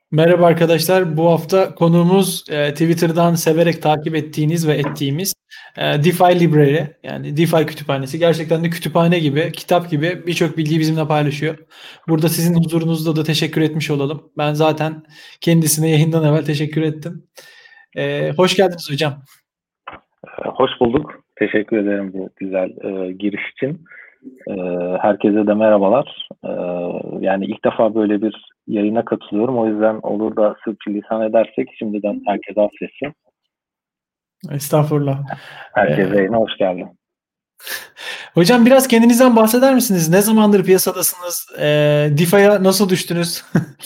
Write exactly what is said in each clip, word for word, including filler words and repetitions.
Merhaba arkadaşlar. Bu hafta konuğumuz e, Twitter'dan severek takip ettiğiniz ve ettiğimiz e, DeFi Library, yani DeFi kütüphanesi. Gerçekten de kütüphane gibi, kitap gibi birçok bilgiyi bizimle paylaşıyor. Burada sizin huzurunuzda da teşekkür etmiş olalım. Ben zaten kendisine yayından evvel teşekkür ettim. E, hoş geldiniz hocam. Hoş bulduk. Teşekkür ederim bu güzel e, giriş için. E, herkese de merhabalar. E, yani ilk defa böyle bir yayına katılıyorum. O yüzden olur da sürçülisan edersek şimdiden herkese affetsin. Estağfurullah. Herkese E, yayına hoş geldin. Hocam biraz kendinizden bahseder misiniz? Ne zamandır piyasadasınız? E, DeFi'ye nasıl düştünüz?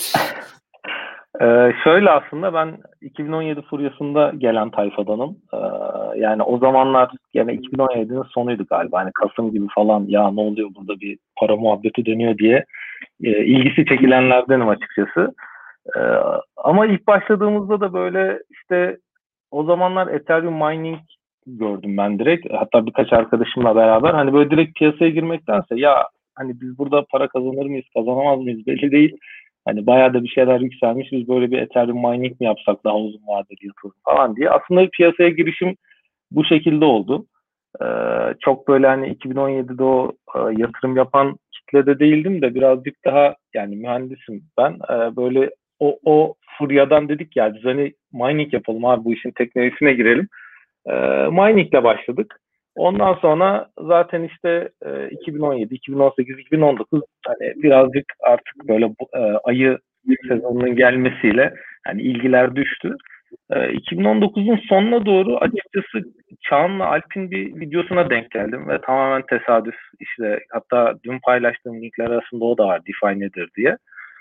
Ee, şöyle aslında ben iki bin on yedi furyasında gelen tayfadanım. Ee, yani o zamanlar yani iki bin on yedinin sonuydu galiba. Hani Kasım gibi falan ya ne oluyor burada bir para muhabbeti dönüyor diye e, ilgisi çekilenlerdenim açıkçası. Ee, ama ilk başladığımızda da böyle işte o zamanlar Ethereum mining gördüm ben direkt. Hatta birkaç arkadaşımla beraber hani böyle direkt piyasaya girmektense ya hani biz burada para kazanır mıyız kazanamaz mıyız belli değil. Hani bayağı da bir şeyler yükselmiş. Biz böyle bir Ethereum mining mi yapsak daha uzun vadeli yatırım falan diye. Aslında piyasaya girişim bu şekilde oldu. Ee, çok böyle hani iki bin on yedide o e, yatırım yapan kitlede değildim de birazcık daha yani mühendisim ben. Ee, böyle o, o furyadan dedik ya biz hani mining yapalım abi bu işin teknolojisine girelim. Ee, miningle başladık. Ondan sonra zaten işte e, iki bin on yedi, iki bin on sekiz, iki bin on dokuz hani birazcık artık böyle e, ayı sezonunun gelmesiyle hani ilgiler düştü. E, iki bin on dokuzun sonuna doğru açıkçası Çağan'la Alp'in bir videosuna denk geldim ve tamamen tesadüf işte hatta dün paylaştığım linkler arasında o da var DeFi nedir diye.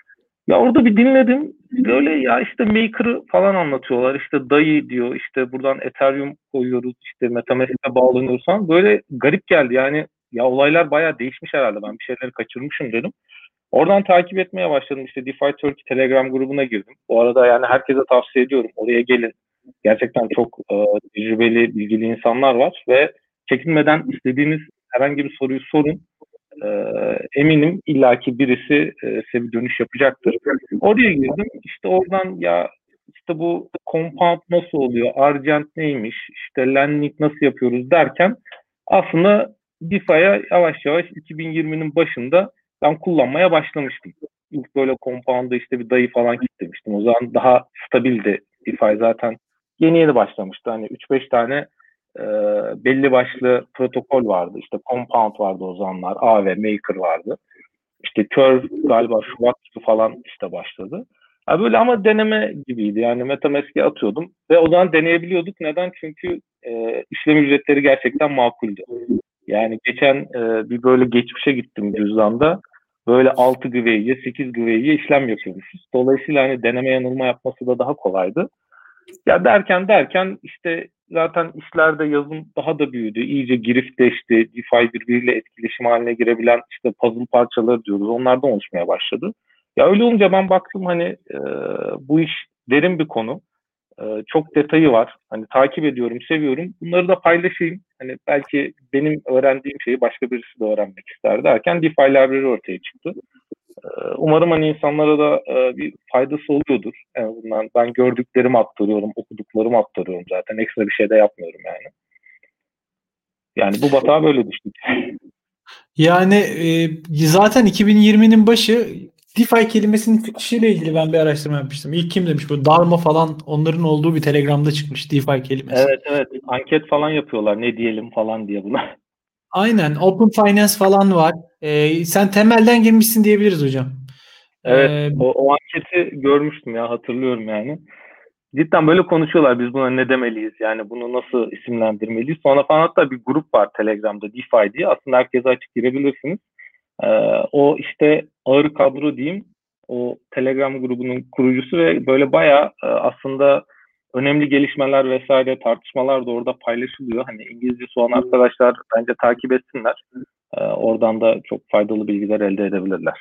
Ya orada bir dinledim. Böyle ya işte Maker'ı falan anlatıyorlar. İşte dayı diyor. İşte buradan Ethereum koyuyoruz. İşte MetaMask'e bağlanıyoruz falan. Böyle garip geldi. Yani ya olaylar bayağı değişmiş herhalde. Ben bir şeyleri kaçırmışım dedim. Oradan takip etmeye başladım. İşte DeFi Turkey Telegram grubuna girdim. Bu arada yani herkese tavsiye ediyorum. Oraya gelin. Gerçekten çok e, tecrübeli, bilgili insanlar var ve çekinmeden istediğiniz herhangi bir soruyu sorun. E, eminim illaki birisi e, size bir dönüş yapacaktır. Oraya girdim. İşte oradan ya işte bu compound nasıl oluyor? Argent neymiş? İşte lending nasıl yapıyoruz derken aslında DeFi'ye yavaş yavaş iki bin yirminin başında ben kullanmaya başlamıştım. İlk böyle compound'da işte bir dayı falan kitlemiştim. O zaman daha stabildi DeFi zaten. Yeni yeni başlamıştı. Hani üç beş tane e, belli başlı protokol vardı. İşte Compound vardı o zamanlar. A V, Maker vardı. İşte Curve galiba Şubat gibi falan işte başladı. Ha böyle ama deneme gibiydi. Yani MetaMask'e atıyordum ve o zaman deneyebiliyorduk. Neden? Çünkü e, işlem ücretleri gerçekten makuldü. Yani geçen e, bir böyle geçmişe gittim cüzdanda. Böyle altı güveyye, sekiz güveyye işlem yapıyormuşuz. Dolayısıyla hani deneme yanılma yapması da daha kolaydı. Ya derken derken işte zaten işlerde yazım daha da büyüdü. İyice giriftleşti. DeFi birbiriyle etkileşim haline girebilen işte puzzle parçaları diyoruz. Onlar da oluşmaya başladı. Ya öyle olunca ben baktım hani e, bu iş derin bir konu. E, çok detayı var. Hani takip ediyorum, seviyorum. Bunları da paylaşayım. Hani belki benim öğrendiğim şeyi başka birisi de öğrenmek ister derken DeFi Library ortaya çıktı. Umarım hani insanlara da e, bir faydası oluyordur. En azından ben gördüklerimi aktarıyorum, okuduklarımı aktarıyorum zaten. Ekstra bir şey de yapmıyorum yani. Yani bu batağa böyle düştük. Yani e, zaten iki bin yirminin başı DeFi kelimesinin çıkışıyla ilgili ben bir araştırma yapmıştım. İlk kim demiş bu? Dharma falan onların olduğu bir Telegram'da çıkmış DeFi kelimesi. Evet evet anket falan yapıyorlar ne diyelim falan diye buna. Aynen. Open Finance falan var. E, sen temelden girmişsin diyebiliriz hocam. Evet E, o, o anketi görmüştüm ya hatırlıyorum yani. Cidden böyle konuşuyorlar biz buna ne demeliyiz yani bunu nasıl isimlendirmeliyiz. Sonra falan hatta bir grup var Telegram'da DeFi diye aslında herkese açık girebilirsiniz. Ee, o işte ağır kadro diyeyim o Telegram grubunun kurucusu ve böyle bayağı e, aslında önemli gelişmeler vesaire tartışmalar da orada paylaşılıyor. Hani İngilizcesi olan arkadaşlar bence takip etsinler. Ee, oradan da çok faydalı bilgiler elde edebilirler.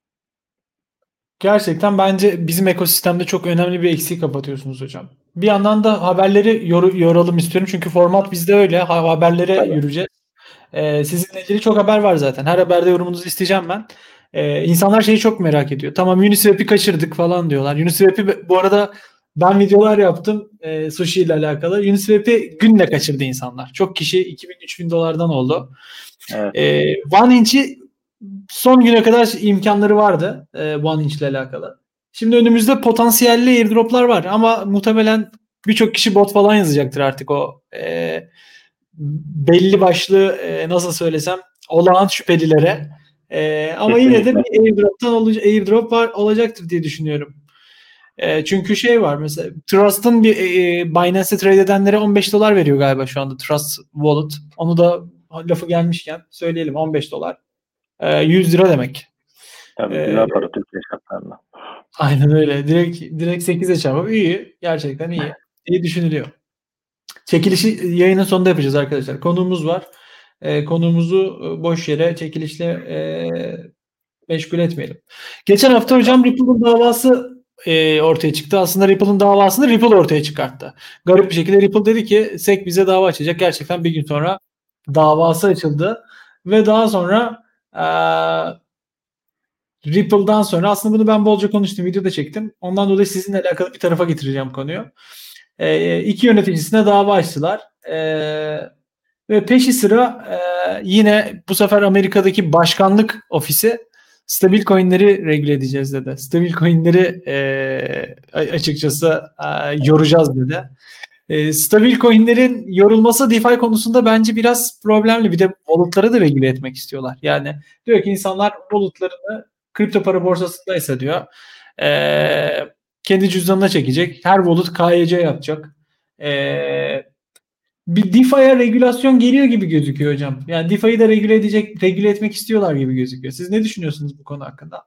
Gerçekten bence bizim ekosistemde çok önemli bir eksiği kapatıyorsunuz hocam. Bir yandan da haberleri yor- yoralım istiyorum. Çünkü format bizde öyle. Ha- haberlere Tabii. yürüyeceğiz. Ee, sizinle ilgili çok haber var zaten. Her haberde yorumunuzu isteyeceğim ben. Ee, insanlar şeyi çok merak ediyor. Tamam, Uniswap'i kaçırdık falan diyorlar. Uniswap'i bu arada ben videolar yaptım e, sushi ile alakalı. Uniswap'i günle kaçırdı insanlar. Çok kişi iki bin üç bin dolardan oldu. Evet. E, OneInch'i son güne kadar imkanları vardı e, OneInch ile alakalı. Şimdi önümüzde potansiyelli airdroplar var ama muhtemelen birçok kişi bot falan yazacaktır artık o e, belli başlı e, nasıl söylesem olağan şüphelilere. E, ama yine de Kesinlikle. bir airdrop'tan olacak airdrop var olacaktır diye düşünüyorum. E, çünkü şey var mesela Trust'ın bir e, Binance'e trade edenlere on beş dolar veriyor galiba şu anda Trust Wallet. Onu da lafı gelmişken söyleyelim, on beş dolar. E, yüz lira demek. Tabii E, güzel para Türkiye şartlarında. aynen öyle. Direkt direkt sekize çarpıp iyi. Gerçekten iyi. İyi düşünülüyor. Çekilişi yayının sonunda yapacağız arkadaşlar. Konuğumuz var. E, konuğumuzu boş yere çekilişle e, meşgul etmeyelim. Geçen hafta hocam Ripple'ın davası e, ortaya çıktı. Aslında Ripple'ın davasını Ripple ortaya çıkarttı. Garip bir şekilde Ripple dedi ki S E C bize dava açacak. Gerçekten bir gün sonra davası açıldı. Ve daha sonra e, Ripple'dan sonra aslında bunu ben bolca konuştum. Videoda çektim. Ondan dolayı sizinle alakalı bir tarafa getireceğim konuyu. E, iki yöneticisine dava açtılar. E, ve peşi sıra e, yine bu sefer Amerika'daki başkanlık ofisi stabil coinleri regüle edeceğiz dedi. Stabil coinleri e, açıkçası e, yoracağız dedi. E, stabil coinlerin yorulması DeFi konusunda bence biraz problemli. Bir de wallet'ları da regüle etmek istiyorlar. Yani diyor ki insanlar wallet'larını kripto para borsasındaysa diyor e, kendi cüzdanına çekecek. Her wallet K Y C yapacak. E, bir DeFi'ye regülasyon geliyor gibi gözüküyor hocam. Yani DeFi'yi de regüle edecek, regüle etmek istiyorlar gibi gözüküyor. Siz ne düşünüyorsunuz bu konu hakkında?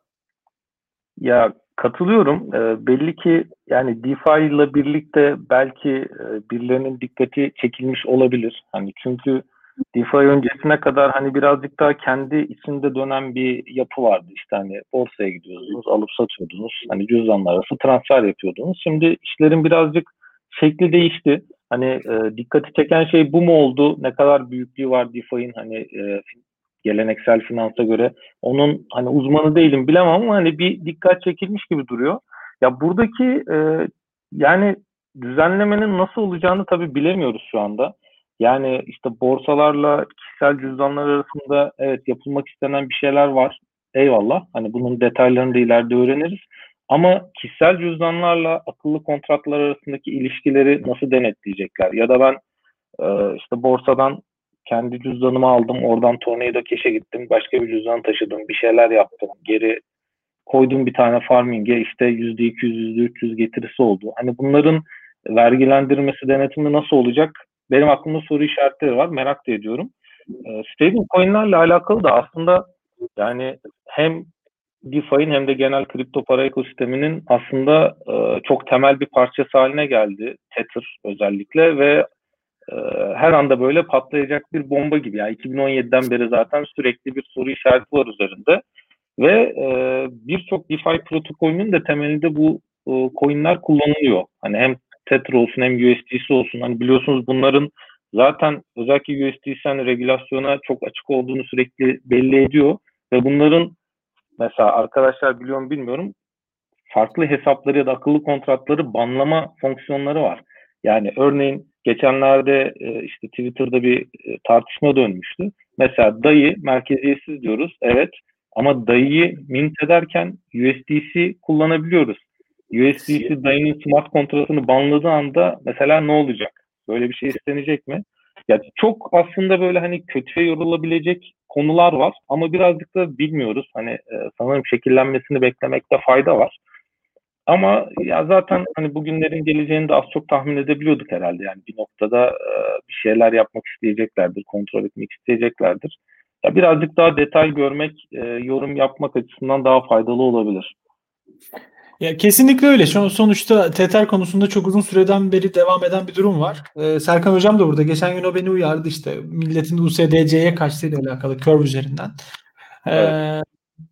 Ya katılıyorum. E, belli ki yani DeFi ile birlikte belki e, birilerinin dikkati çekilmiş olabilir. Hani çünkü DeFi öncesine kadar hani birazcık daha kendi içinde dönen bir yapı vardı. İşte hani borsaya gidiyordunuz, alıp satıyordunuz. Hani cüzdanlar arası transfer yapıyordunuz. Şimdi işlerin birazcık şekli değişti. Hani e, dikkati çeken şey bu mu oldu? Ne kadar büyüklüğü var DeFi'nin hani e, geleneksel finansa göre? Onun hani uzmanı değilim bilemem ama hani bir dikkat çekilmiş gibi duruyor. Ya buradaki e, yani düzenlemenin nasıl olacağını tabii bilemiyoruz şu anda. Yani işte borsalarla kişisel cüzdanlar arasında evet yapılmak istenen bir şeyler var. Eyvallah. Hani bunun detaylarını da ileride öğreniriz. Ama kişisel cüzdanlarla akıllı kontratlar arasındaki ilişkileri nasıl denetleyecekler? Ya da ben e, işte borsadan kendi cüzdanımı aldım. Oradan Tornado Cash'e gittim. Başka bir cüzdan taşıdım. Bir şeyler yaptım. Geri koydum bir tane farming'e işte yüzde iki yüz, yüzde üç yüz getirisi oldu. Hani bunların vergilendirmesi, denetimi nasıl olacak? Benim aklımda soru işaretleri var. Merak da ediyorum. E, stable coin'lerle alakalı da aslında yani hem DeFi'nin hem de genel kripto para ekosisteminin aslında e, çok temel bir parçası haline geldi. Tether özellikle ve e, her anda böyle patlayacak bir bomba gibi. Yani iki bin on yediden beri zaten sürekli bir soru işareti var üzerinde. Ve e, birçok DeFi protokolünün de temelinde bu e, coinler kullanılıyor. Hani hem Tether olsun hem U S D C olsun. Hani biliyorsunuz bunların zaten özellikle U S D C hani regülasyona çok açık olduğunu sürekli belli ediyor. Ve bunların mesela arkadaşlar biliyor mu bilmiyorum farklı hesapları ya da akıllı kontratları banlama fonksiyonları var. Yani örneğin geçenlerde e, işte Twitter'da bir e, tartışma dönmüştü. Mesela D A I'yi merkeziyetsiz diyoruz. Evet. Ama D A I'yi mint ederken U S D C kullanabiliyoruz. U S D C D A I'nin smart kontratını banladığı anda mesela ne olacak? Böyle bir şey istenecek mi? Ya çok aslında böyle hani kötüye yorulabilecek konular var ama birazcık da bilmiyoruz. Hani e, sanırım şekillenmesini beklemekte fayda var. Ama ya zaten hani bugünlerin geleceğini de az çok tahmin edebiliyorduk herhalde. Yani bir noktada e, bir şeyler yapmak isteyeceklerdir, kontrol etmek isteyeceklerdir. Ya birazcık daha detay görmek, e, yorum yapmak açısından daha faydalı olabilir. Ya kesinlikle öyle. Şu sonuçta Tether konusunda çok uzun süreden beri devam eden bir durum var. Ee, Serkan hocam da burada. Geçen gün o beni uyardı işte. Milletin U S D C'ye kaçtığıyla alakalı curve üzerinden. Evet. Ee,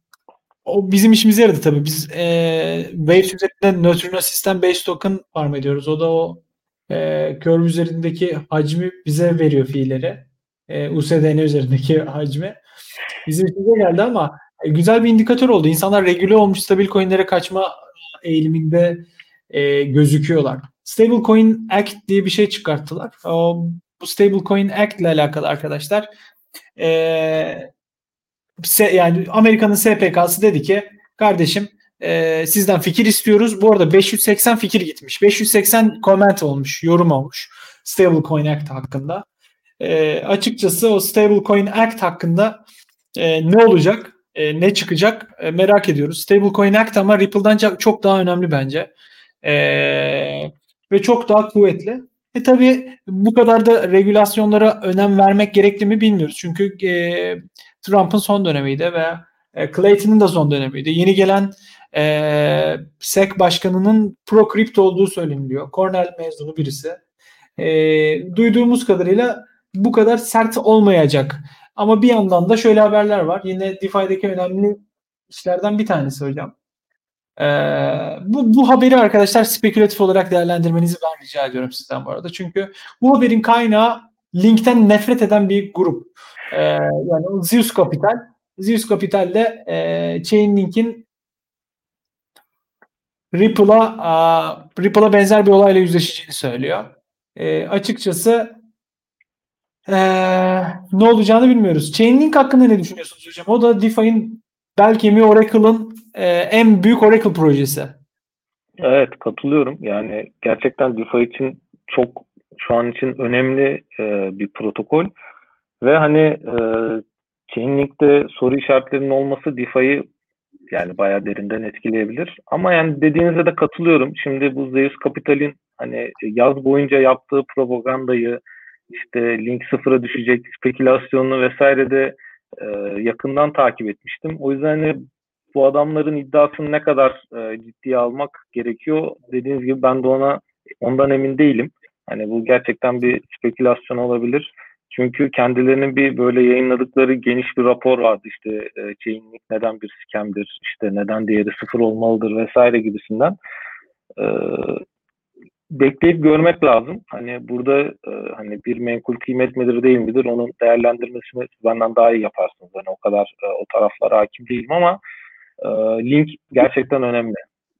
o bizim işimize yaradı tabii. Biz e, Waves üzerinden Neutrino Sistem Base Token farm ediyoruz. O da o e, curve üzerindeki hacmi bize veriyor fiilleri. E, U S D N üzerindeki hacmi. Bizim işimize geldi ama E, güzel bir indikatör oldu. İnsanlar regüle olmuş stabil coin'lere kaçma eğiliminde e, gözüküyorlar. Stablecoin Act diye bir şey çıkarttılar. O, bu Stablecoin Act ile alakalı arkadaşlar e, se, yani Amerika'nın S P K'sı dedi ki kardeşim e, sizden fikir istiyoruz. Bu arada beş yüz seksen fikir gitmiş. beş yüz seksen comment olmuş, yorum olmuş Stablecoin Act hakkında. E, açıkçası o Stablecoin Act hakkında e, ne olacak, e, ne çıkacak e, merak ediyoruz. Stablecoin Act ama Ripple'dan çok daha önemli bence. E, ve çok daha kuvvetli. E tabi bu kadar da regülasyonlara önem vermek gerekli mi bilmiyoruz. Çünkü e, Trump'ın son dönemiydi ve e, Clayton'ın da son dönemiydi. Yeni gelen e, S E C başkanının pro-crypto olduğu söyleniliyor. Cornell mezunu birisi. E, duyduğumuz kadarıyla bu kadar sert olmayacak. Ama bir yandan da şöyle haberler var. Yine DeFi'deki önemli işlerden bir tanesi hocam. Ee, bu, bu haberi arkadaşlar spekülatif olarak değerlendirmenizi ben rica ediyorum sizden bu arada. Çünkü bu haberin kaynağı Link'ten nefret eden bir grup. Ee, yani Zeus Capital. Zeus Capital'de e, Chainlink'in Ripple'a Ripple'a benzer bir olayla yüzleşeceğini söylüyor. E, açıkçası Ee, ne olacağını bilmiyoruz. Chainlink hakkında ne düşünüyorsunuz hocam? O da DeFi'nin bel kemiği Oracle'ın e, en büyük Oracle projesi. Evet, katılıyorum. Yani gerçekten DeFi için çok şu an için önemli e, bir protokol ve hani e, Chainlink'te soru işaretlerinin olması DeFi'yi yani bayağı derinden etkileyebilir. Ama yani dediğinize de katılıyorum. Şimdi bu Zeus Capital'in hani yaz boyunca yaptığı propagandayı, işte link sıfıra düşecek spekülasyonunu vesaire de e, yakından takip etmiştim. O yüzden hani bu adamların iddiasını ne kadar e, ciddiye almak gerekiyor? Dediğiniz gibi ben de ona ondan emin değilim. Hani bu gerçekten bir spekülasyon olabilir. Çünkü kendilerinin bir böyle yayınladıkları geniş bir rapor vardı. İşte e, Chainlink neden bir scam'dir, işte neden değeri sıfır olmalıdır vesaire gibisinden. E, bekleyip görmek lazım. Hani burada e, hani bir menkul kıymet midir değil midir onun değerlendirmesini benden daha iyi yaparsınız. Hani o kadar e, o taraflara hakim değilim ama e, link gerçekten önemli.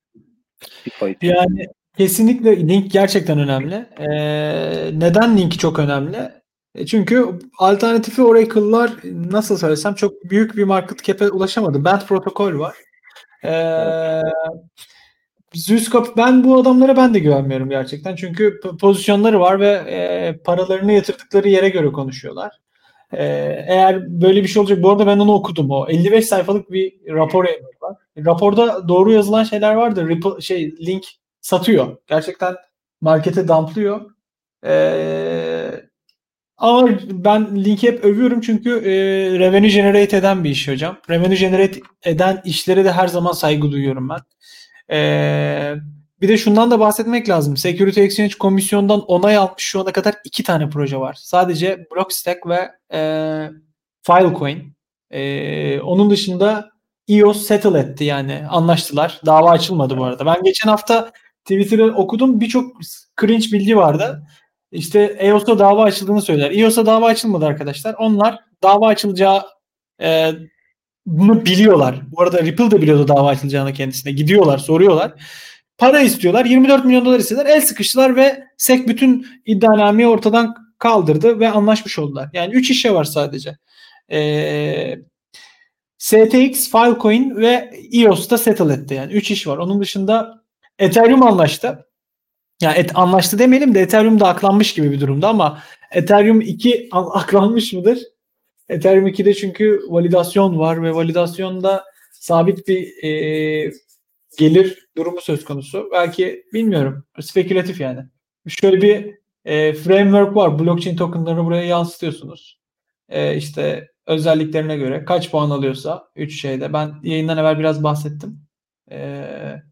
Yani kesinlikle link gerçekten önemli. Ee, neden linki çok önemli? E çünkü alternatifi Oracle'lar nasıl söylesem çok büyük bir market cap'e ulaşamadı. Band protokol var. Ee, Evet. Zeus ben bu adamlara ben de güvenmiyorum gerçekten. Çünkü pozisyonları var ve e, paralarını yatırdıkları yere göre konuşuyorlar. E, eğer böyle bir şey olacak, bu arada ben onu okudum. O elli beş sayfalık bir rapor yayınladılar. Raporda doğru yazılan şeyler vardı. Ripple, şey link satıyor. Gerçekten markete dumplıyor. E, ama ben linki hep övüyorum çünkü e, revenue generate eden bir iş hocam. Revenue generate eden işlere de her zaman saygı duyuyorum ben. Ee, bir de şundan da bahsetmek lazım. Security Exchange Komisyon'dan onay almış şu ana kadar iki tane proje var. Sadece Blockstack ve e, Filecoin. E, onun dışında E O S settle etti yani anlaştılar. Dava açılmadı bu arada. Ben geçen hafta Twitter'ı okudum. Birçok cringe bilgi vardı. İşte E O S'ta dava açıldığını söyler. E O S'ta dava açılmadı arkadaşlar. Onlar dava açılacağı e, bunu biliyorlar. Bu arada Ripple de biliyordu dava açılacağını kendisine. Gidiyorlar, soruyorlar. Para istiyorlar. yirmi dört milyon dolar istediler. El sıkıştılar ve S E C bütün iddianameyi ortadan kaldırdı ve anlaşmış oldular. Yani üç işe var sadece. Ee, S T X, Filecoin ve E O S'ta settle etti. Yani üç iş var. Onun dışında Ethereum anlaştı. Yani et, anlaştı demeyelim de Ethereum da aklanmış gibi bir durumda ama Ethereum iki aklanmış mıdır? Ethereum ikide çünkü validasyon var ve validasyonda sabit bir e, gelir durumu söz konusu. Belki bilmiyorum. Spekülatif yani. Şöyle bir e, framework var. Blockchain tokenlarını buraya yansıtıyorsunuz. E, işte özelliklerine göre kaç puan alıyorsa üç şeyde. Ben yayından evvel biraz bahsettim. E,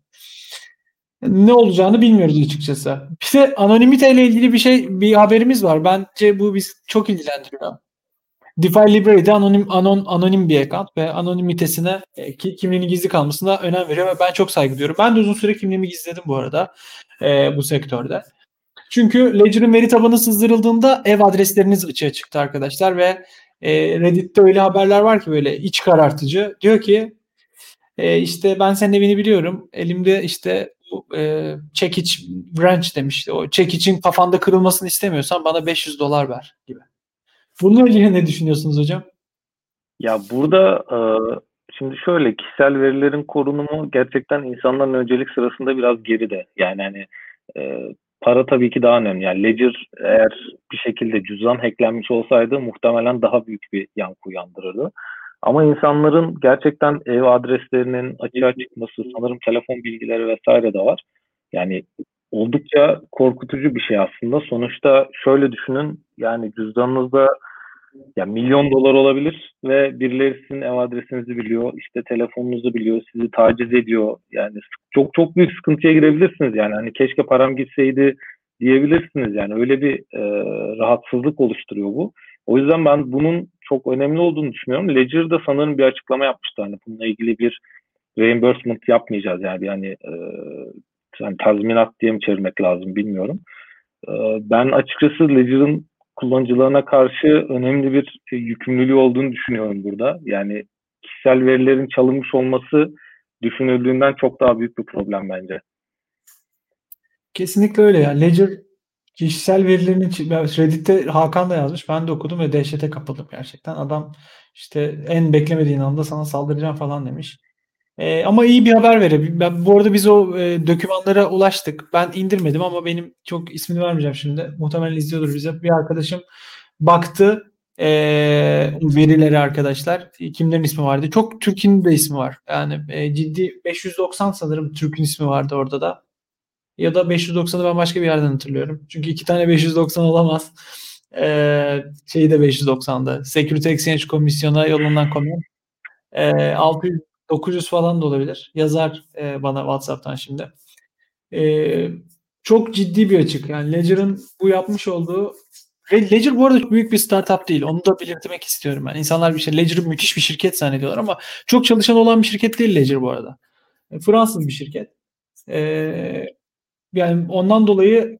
ne olacağını bilmiyoruz açıkçası. Bir de anonimite ile ilgili bir şey, bir haberimiz var. Bence bu bizi çok ilgilendiriyor. DeFi Library'de anonim anon, anonim bir account ve anonimitesine e, ki, kimliğinin gizli kalmasına önem veriyor ve ben çok saygı duyuyorum. Ben de uzun süre kimliğimi gizledim bu arada e, bu sektörde. Çünkü Ledger'ın veri tabanı sızdırıldığında ev adresleriniz açığa çıktı arkadaşlar ve E, Reddit'te öyle haberler var ki böyle iç karartıcı. Diyor ki e, işte ben senin evini biliyorum. Elimde işte bu, e, çekiç wrench demişti. O çekiçin kafanda kırılmasını istemiyorsan bana beş yüz dolar ver gibi. Bununla ilgili ne düşünüyorsunuz hocam? Ya burada e, şimdi şöyle, kişisel verilerin korunumu gerçekten insanların öncelik sırasında biraz geride. Yani hani e, para tabii ki daha önemli. Yani Ledger eğer bir şekilde cüzdan hacklenmiş olsaydı muhtemelen daha büyük bir yankı uyandırırdı. Ama insanların gerçekten ev adreslerinin açığa çıkması, sanırım telefon bilgileri vesaire de var. Yani oldukça korkutucu bir şey aslında. Sonuçta şöyle düşünün, yani cüzdanınızda ya milyon dolar olabilir ve birileri sizin ev adresinizi biliyor, işte telefonunuzu biliyor, sizi taciz ediyor. Yani çok çok büyük sıkıntıya girebilirsiniz yani. Hani keşke param gitseydi diyebilirsiniz yani. Öyle bir e, rahatsızlık oluşturuyor bu. O yüzden ben bunun çok önemli olduğunu düşünüyorum. Ledger da sanırım bir açıklama yapmıştı. Hani bununla ilgili bir reimbursement yapmayacağız yani. Yani, e, yani tazminat diye mi çevirmek lazım bilmiyorum. E, ben açıkçası Ledger'ın kullanıcılarına karşı önemli bir e, yükümlülüğü olduğunu düşünüyorum burada. Yani kişisel verilerin çalınmış olması düşünüldüğünden çok daha büyük bir problem bence. Kesinlikle öyle ya. Ledger kişisel verilerini Reddit'te Hakan da yazmış. Ben de okudum ve dehşete kapıldım gerçekten. Adam işte en beklemediğin anda sana saldıracağım falan demiş. Ee, ama iyi bir haber verebilirim. Ben, bu arada biz o e, dokümanlara ulaştık. Ben indirmedim ama benim çok ismini vermeyeceğim şimdi. Muhtemelen izliyordur bize. Bir arkadaşım baktı e, verilere arkadaşlar. Kimlerin ismi vardı? Çok Türk'ün de ismi var. Yani e, ciddi beş yüz doksan sanırım Türk'ün ismi vardı orada da. Ya da beş yüz doksanı ben başka bir yerden hatırlıyorum. Çünkü iki tane beş yüz doksan olamaz. Ee, şeyi de beş yüz doksandı. Security Exchange Komisyon'a yolundan comment. Ee, altı yüz dokuz yüz falan da olabilir. Yazar e, bana WhatsApp'tan şimdi. Ee, çok ciddi bir açık. Yani Ledger'ın bu yapmış olduğu ve Ledger bu arada büyük bir startup değil. Onu da belirtmek istiyorum ben. İnsanlar bir şey Ledger'ı müthiş bir şirket zannediyorlar ama çok çalışan olan bir şirket değil Ledger bu arada. E, Fransız bir şirket. Ee, yani ondan dolayı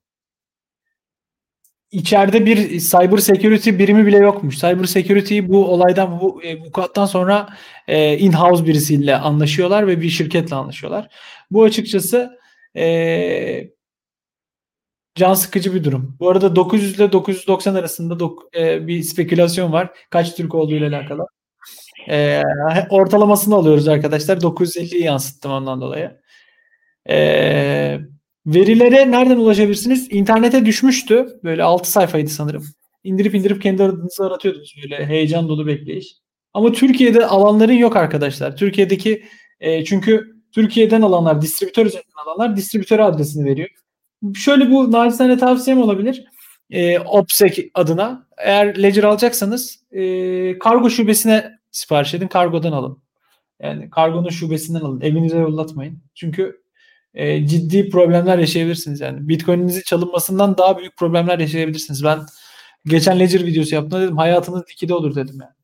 içeride bir cyber security birimi bile yokmuş. Cyber security'yi bu olaydan bu e, vukuattan sonra e, in-house birisiyle anlaşıyorlar ve bir şirketle anlaşıyorlar. Bu açıkçası e, can sıkıcı bir durum. Bu arada dokuz yüz ile dokuz yüz doksan arasında dok- e, bir spekülasyon var. Kaç Türk olduğu ile alakalı. E, ortalamasını alıyoruz arkadaşlar. dokuz yüz elliyi yansıttım ondan dolayı. Ee, verilere nereden ulaşabilirsiniz? İnternete düşmüştü. Böyle altı sayfaydı sanırım. İndirip indirip kendi adınızı aratıyordunuz. Böyle heyecan dolu bekleyiş. Ama Türkiye'de alanların yok arkadaşlar. Türkiye'deki e, çünkü Türkiye'den alanlar, distribütör üzerinden alanlar distribütör adresini veriyor. Şöyle bu naçizane tavsiyem olabilir. E, OPSEC adına. Eğer Ledger alacaksanız e, kargo şubesine sipariş edin. Kargodan alın. Yani kargonun şubesinden alın. Evinize yollatmayın. Çünkü e, ciddi problemler yaşayabilirsiniz yani. Bitcoin'inizi çalınmasından daha büyük problemler yaşayabilirsiniz. Ben geçen Ledger videosu yaptım dedim hayatınız ikide olur dedim yani.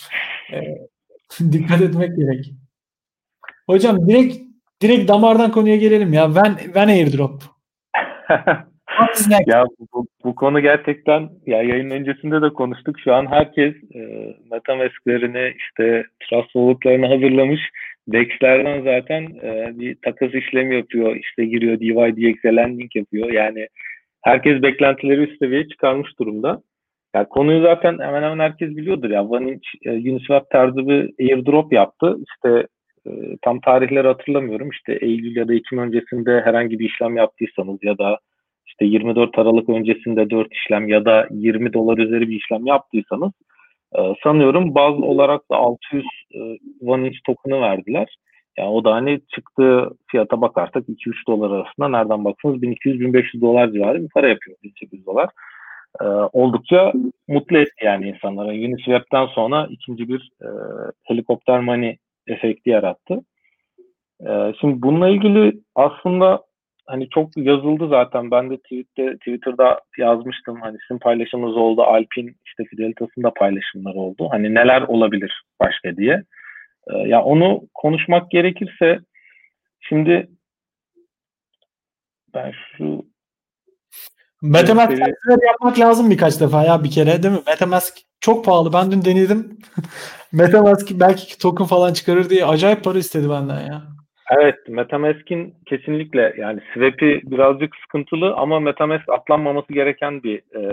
E, dikkat etmek gerek. Hocam direkt direkt damardan konuya gelelim ya. When, when airdrop. What is next? Ya bu, bu konu gerçekten, ya yayın öncesinde de konuştuk. Şu an herkes e, MetaMask'lerini, işte Trust Wallet'larını hazırlamış. DEX'lerden zaten e, bir takas işlemi yapıyor. İşte giriyor D Y D X'e lending yapıyor. Yani herkes beklentileri üst seviyeye çıkarmış durumda. Ya konuyu zaten hemen hemen herkes biliyordur ya. OneInch e, Uniswap tarzı bir airdrop yaptı. İşte e, tam tarihleri hatırlamıyorum. İşte Eylül ya da Ekim öncesinde herhangi bir işlem yaptıysanız ya da işte yirmi dört Aralık öncesinde dört işlem ya da yirmi dolar üzeri bir işlem yaptıysanız e, sanıyorum baz olarak da altı yüz e, OneInch token'ı verdiler. Yani o da hani çıktığı fiyata bakarsak iki üç dolar arasında nereden baksanız bin iki yüz bin beş yüz dolar civarı bir para yapıyor, bin sekiz yüz dolar. Ee, oldukça mutlu etti yani insanlara. Uniswap'ten sonra ikinci bir e, helikopter money efekti yarattı. Ee, şimdi bununla ilgili aslında hani çok yazıldı zaten. Ben de tweette, Twitter'da yazmıştım. Hani sizin paylaşımınız oldu. Alp'in işte Fidelitas'ın da paylaşımları oldu. Hani neler olabilir başka diye. Ee, ya onu konuşmak gerekirse şimdi ben şu MetaMask Seri... yapmak lazım birkaç defa ya bir kere değil mi? MetaMask çok pahalı. Ben dün denedim. MetaMask belki token falan çıkarır diye acayip para istedi benden ya. Evet, MetaMask'in kesinlikle yani swap'i birazcık sıkıntılı ama MetaMask atlanmaması gereken bir e,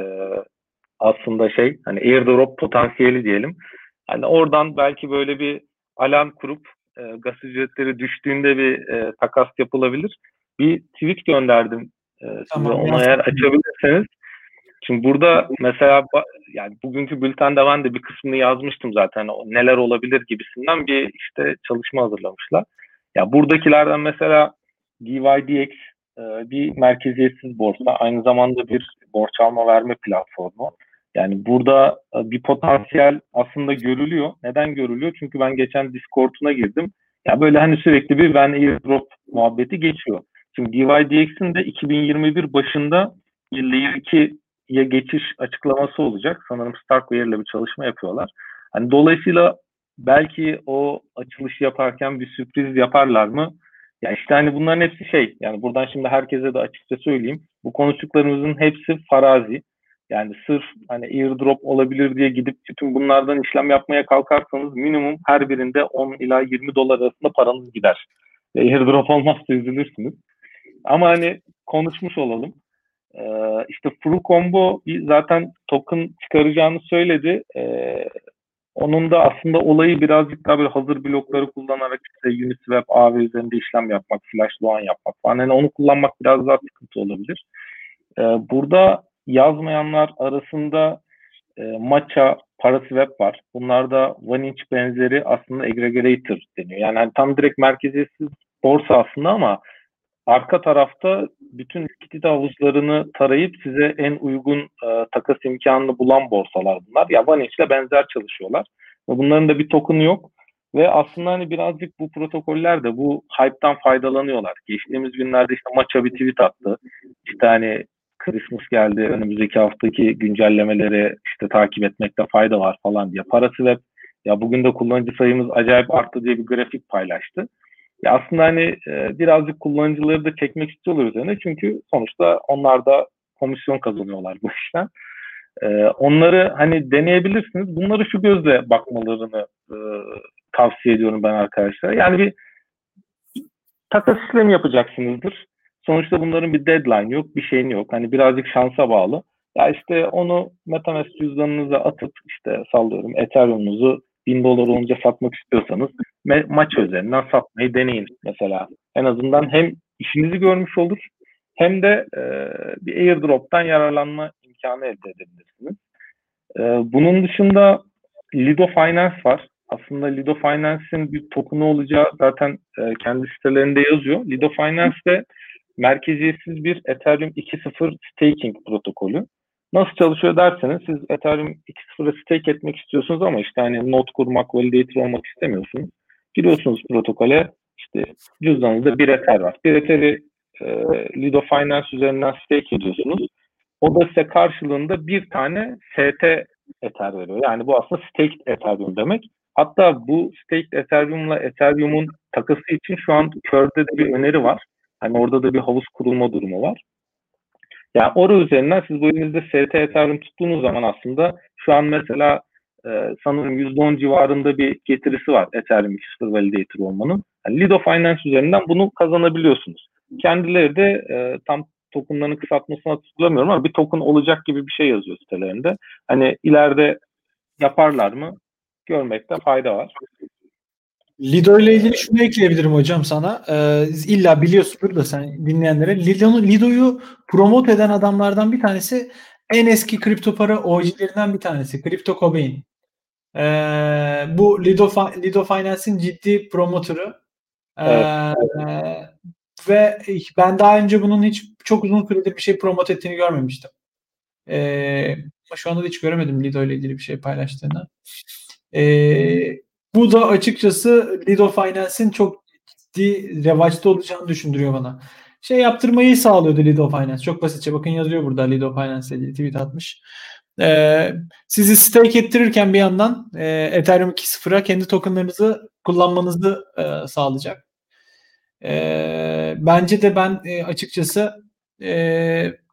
aslında şey, hani airdrop potansiyeli diyelim. Hani oradan belki böyle bir alarm kurup e, gaz ücretleri düştüğünde bir e, takas yapılabilir. Bir tweet gönderdim e, size, Tamam, onu yaz. eğer açabilirseniz. Şimdi burada mesela yani bugünkü bültende ben de bir kısmını yazmıştım zaten, o neler olabilir gibisinden bir işte çalışma hazırlamışlar. Ya buradakilerden mesela D Y D X e, bir merkeziyetsiz borsa, aynı zamanda bir borç alma verme platformu. Yani burada e, bir potansiyel aslında görülüyor. Neden görülüyor? Çünkü ben geçen Discord'una girdim. Ya böyle hani sürekli bir ben airdrop muhabbeti geçiyor. Şimdi D Y D X'in de iki bin yirmi bir başında Layer ikiye geçiş açıklaması olacak. Sanırım Starkware ile bir çalışma yapıyorlar. Hani dolayısıyla belki o açılış yaparken bir sürpriz yaparlar mı? Ya işte hani bunların hepsi şey, yani buradan şimdi herkese de açıkça söyleyeyim. Bu konuştuklarımızın hepsi farazi. Yani sırf hani airdrop olabilir diye gidip bütün bunlardan işlem yapmaya kalkarsanız minimum her birinde on ila yirmi dolar arasında paranız gider. Ve airdrop olmazsa üzülürsünüz. Ama hani konuşmuş olalım. Ee, işte Frucombo zaten token çıkaracağını söyledi. Ee, onun da aslında olayı birazcık daha böyle hazır blokları kullanarak işte Uniswap, A V üzerinde işlem yapmak, Flash Doğan yapmak falan. Yani onu kullanmak biraz daha sıkıntı olabilir. Ee, burada yazmayanlar arasında e, Matcha, Paraswap var. Bunlarda One Inch benzeri aslında aggregator deniyor. Yani hani tam direkt merkeziyetsiz borsa aslında ama arka tarafta bütün likidite havuzlarını tarayıp size en uygun e, takas imkanını bulan borsalar bunlar. Ya Vanex ile benzer çalışıyorlar. Ve bunların da bir token'ı yok. Ve aslında hani birazcık bu protokoller de bu hype'tan faydalanıyorlar. Geçtiğimiz günlerde işte Matcha bir tweet attı. İşte hani Christmas geldi, önümüzdeki haftaki güncellemeleri işte takip etmekte fayda var falan diye. Paraswap ya bugün de kullanıcı sayımız acayip arttı diye bir grafik paylaştı. Ya aslında hani e, birazcık kullanıcıları da çekmek istiyorlar üzerine. Çünkü sonuçta onlar da komisyon kazanıyorlar bu işten. E, onları hani deneyebilirsiniz. Bunları şu gözle bakmalarını e, tavsiye ediyorum ben arkadaşlar. Yani bir takas işlemi yapacaksınızdır. Sonuçta bunların bir deadline yok, bir şeyin yok. Hani birazcık şansa bağlı. Ya işte onu MetaMask cüzdanınıza atıp işte sallıyorum Ethereum'unuzu bin dolar olunca satmak istiyorsanız maç üzerinden satmayı deneyin mesela. En azından hem işinizi görmüş olur hem de e, bir airdrop'tan yararlanma imkanı elde edebilirsiniz. E, bunun dışında Lido Finance var. Aslında Lido Finance'in bir token'ı olacağı zaten e, kendi sitelerinde yazıyor. Lido Finance de merkeziyetsiz bir Ethereum iki nokta sıfır staking protokolü. Nasıl çalışıyor derseniz, siz Ethereum iki nokta sıfır'a stake etmek istiyorsunuz ama işte hani node kurmak, validator olmak istemiyorsunuz. Giriyorsunuz protokole, işte cüzdanınızda bir Ether var. Bir Ether'i e, Lido Finance üzerinden stake ediyorsunuz. O da size karşılığında bir tane S T Ether veriyor. Yani bu aslında staked Ethereum demek. Hatta bu staked Ethereum'la Ethereum'un takası için şu an Curve'de de bir öneri var. Hani orada da bir havuz kurulma durumu var. Yani orada üzerinden siz bu elinizde S T Ethereum tuttuğunuz zaman aslında şu an mesela e, sanırım yüzde on civarında bir getirisi var Ethereum iki nokta sıfır validator olmanın. Yani Lido Finance üzerinden bunu kazanabiliyorsunuz. Kendileri de e, tam tokenların kısaltmasını hatırlamıyorum ama bir token olacak gibi bir şey yazıyor sitelerinde. Hani ileride yaparlar mı? Görmekte fayda var. Lido ile ilgili şunu ekleyebilirim hocam sana. Ee, illa biliyorsundur da sen dinleyenlere. Lido'yu Lido'yu promote eden adamlardan bir tanesi en eski kripto para O G'lerinden bir tanesi. Crypto Cobain. Ee, bu Lido, Lido Finance'in ciddi promotörü. Ee, Evet. ve ben daha önce bunun hiç çok uzun süredir bir şey promote ettiğini görmemiştim. Ee, ama şu anda da hiç göremedim Lido ile ilgili bir şey paylaştığını. Ee, bu da açıkçası Lido Finance'in çok ciddi revaçta olacağını düşündürüyor bana. Şey yaptırmayı sağlıyordu Lido Finance. Çok basitçe bakın yazıyor burada Lido Finance ile ilgili tweet atmış. Ee, sizi stake ettirirken bir yandan e, Ethereum iki nokta sıfıra kendi tokenlarınızı kullanmanızı e, sağlayacak. E, bence de ben e, açıkçası e,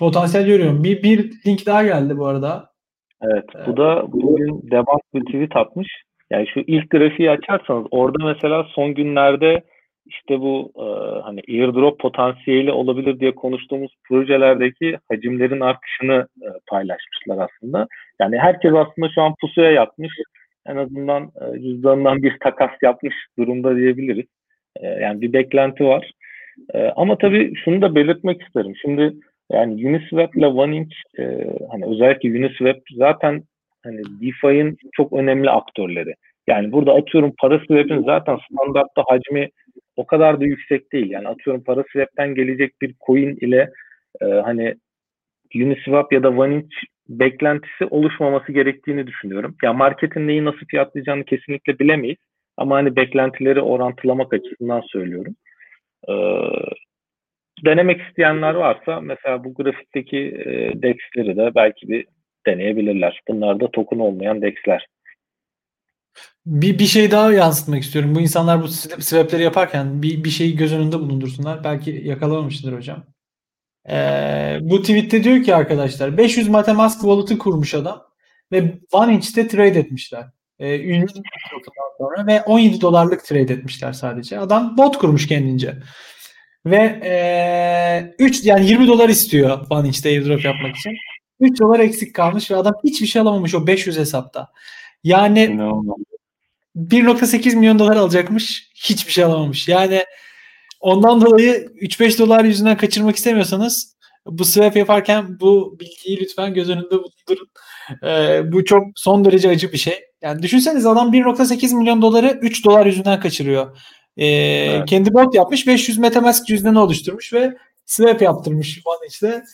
potansiyel görüyorum. Bir, bir link daha geldi bu arada. Evet. Bu da bugün Debunk bir tweet atmış. Yani şu ilk grafiği açarsanız orada mesela son günlerde işte bu e, hani airdrop potansiyeli olabilir diye konuştuğumuz projelerdeki hacimlerin artışını e, paylaşmışlar aslında. Yani herkes aslında şu an pusuya yatmış. En azından e, cüzdanından bir takas yapmış durumda diyebiliriz. E, yani bir beklenti var. E, ama tabii şunu da belirtmek isterim. Şimdi yani Uniswap ile OneInch e, hani özellikle Uniswap zaten hani DeFi'nin çok önemli aktörleri. Yani burada atıyorum ParaSwap'in zaten standartta hacmi o kadar da yüksek değil. Yani atıyorum ParaSwap'ten gelecek bir coin ile e, hani Uniswap ya da OneInch beklentisi oluşmaması gerektiğini düşünüyorum. Ya marketin neyi nasıl fiyatlayacağını kesinlikle bilemeyiz. Ama hani beklentileri orantılamak açısından söylüyorum. Ee, Denemek isteyenler varsa mesela bu grafikteki e, dex'leri de belki bir deneyebilirler. Bunlar da token olmayan dex'ler. Bir, bir şey daha yansıtmak istiyorum. Bu insanlar bu swap'leri yaparken bir, bir şeyi göz önünde bulundursunlar. Belki yakalamamıştır hocam. Ee, bu tweette diyor ki arkadaşlar beş yüz MetaMask wallet'ı kurmuş adam ve OneInch'te trade etmişler. Ee, ünlü token'dan sonra ve on yedi dolarlık trade etmişler sadece. Adam bot kurmuş kendince. Ve ee, üç yani yirmi dolar istiyor OneInch'te airdrop yapmak için. üç dolar eksik kalmış ve adam hiçbir şey alamamış o beş yüz hesapta. Yani İnanılmaz. bir nokta sekiz milyon dolar alacakmış. Hiçbir şey alamamış. Yani ondan dolayı üç beş dolar yüzünden kaçırmak istemiyorsanız bu swap yaparken bu bilgiyi lütfen göz önünde bulundurun. Ee, bu çok son derece acı bir şey. Yani düşünseniz adam bir nokta sekiz milyon doları üç dolar yüzünden kaçırıyor. Ee, Evet. kendi bot yapmış, beş yüz MetaMask cüzdanı oluşturmuş ve swap yaptırmış bana işte.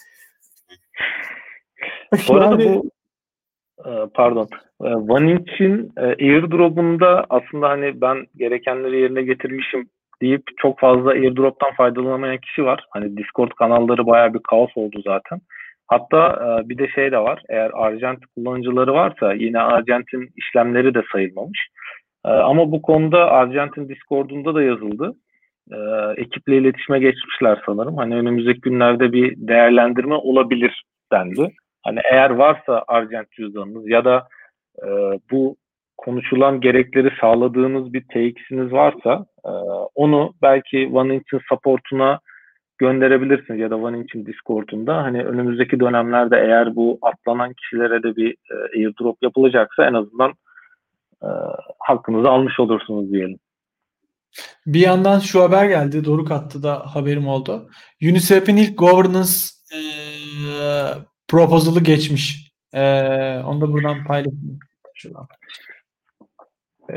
Bu arada Yani bu e, pardon. E, OneInch'in e, airdrop'unda aslında hani ben gerekenleri yerine getirmişim deyip çok fazla airdrop'tan faydalanamayan kişi var. Hani Discord kanalları bayağı bir kaos oldu zaten. Hatta e, bir de şey de var. Eğer Argent kullanıcıları varsa yine Argent'in işlemleri de sayılmamış. E, ama bu konuda Argent'in Discord'unda da yazıldı. E, ekiple iletişime geçmişler sanırım. Hani önümüzdeki günlerde bir değerlendirme olabilir dendi. Hani eğer varsa Argent cüzdanınız ya da e, bu konuşulan gerekleri sağladığınız bir T X'iniz varsa e, onu belki OneInch'in support'una gönderebilirsiniz ya da OneInch'in Discord'unda. Hani önümüzdeki dönemlerde eğer bu atlanan kişilere de bir e, airdrop yapılacaksa en azından e, hakkınızı almış olursunuz diyelim. bir yandan şu haber geldi. Doruk attı da haberim oldu. Uniswap'in ilk governance e, proposal'ı geçmiş. E, onu da buradan paylaşayım. Şuradan. E,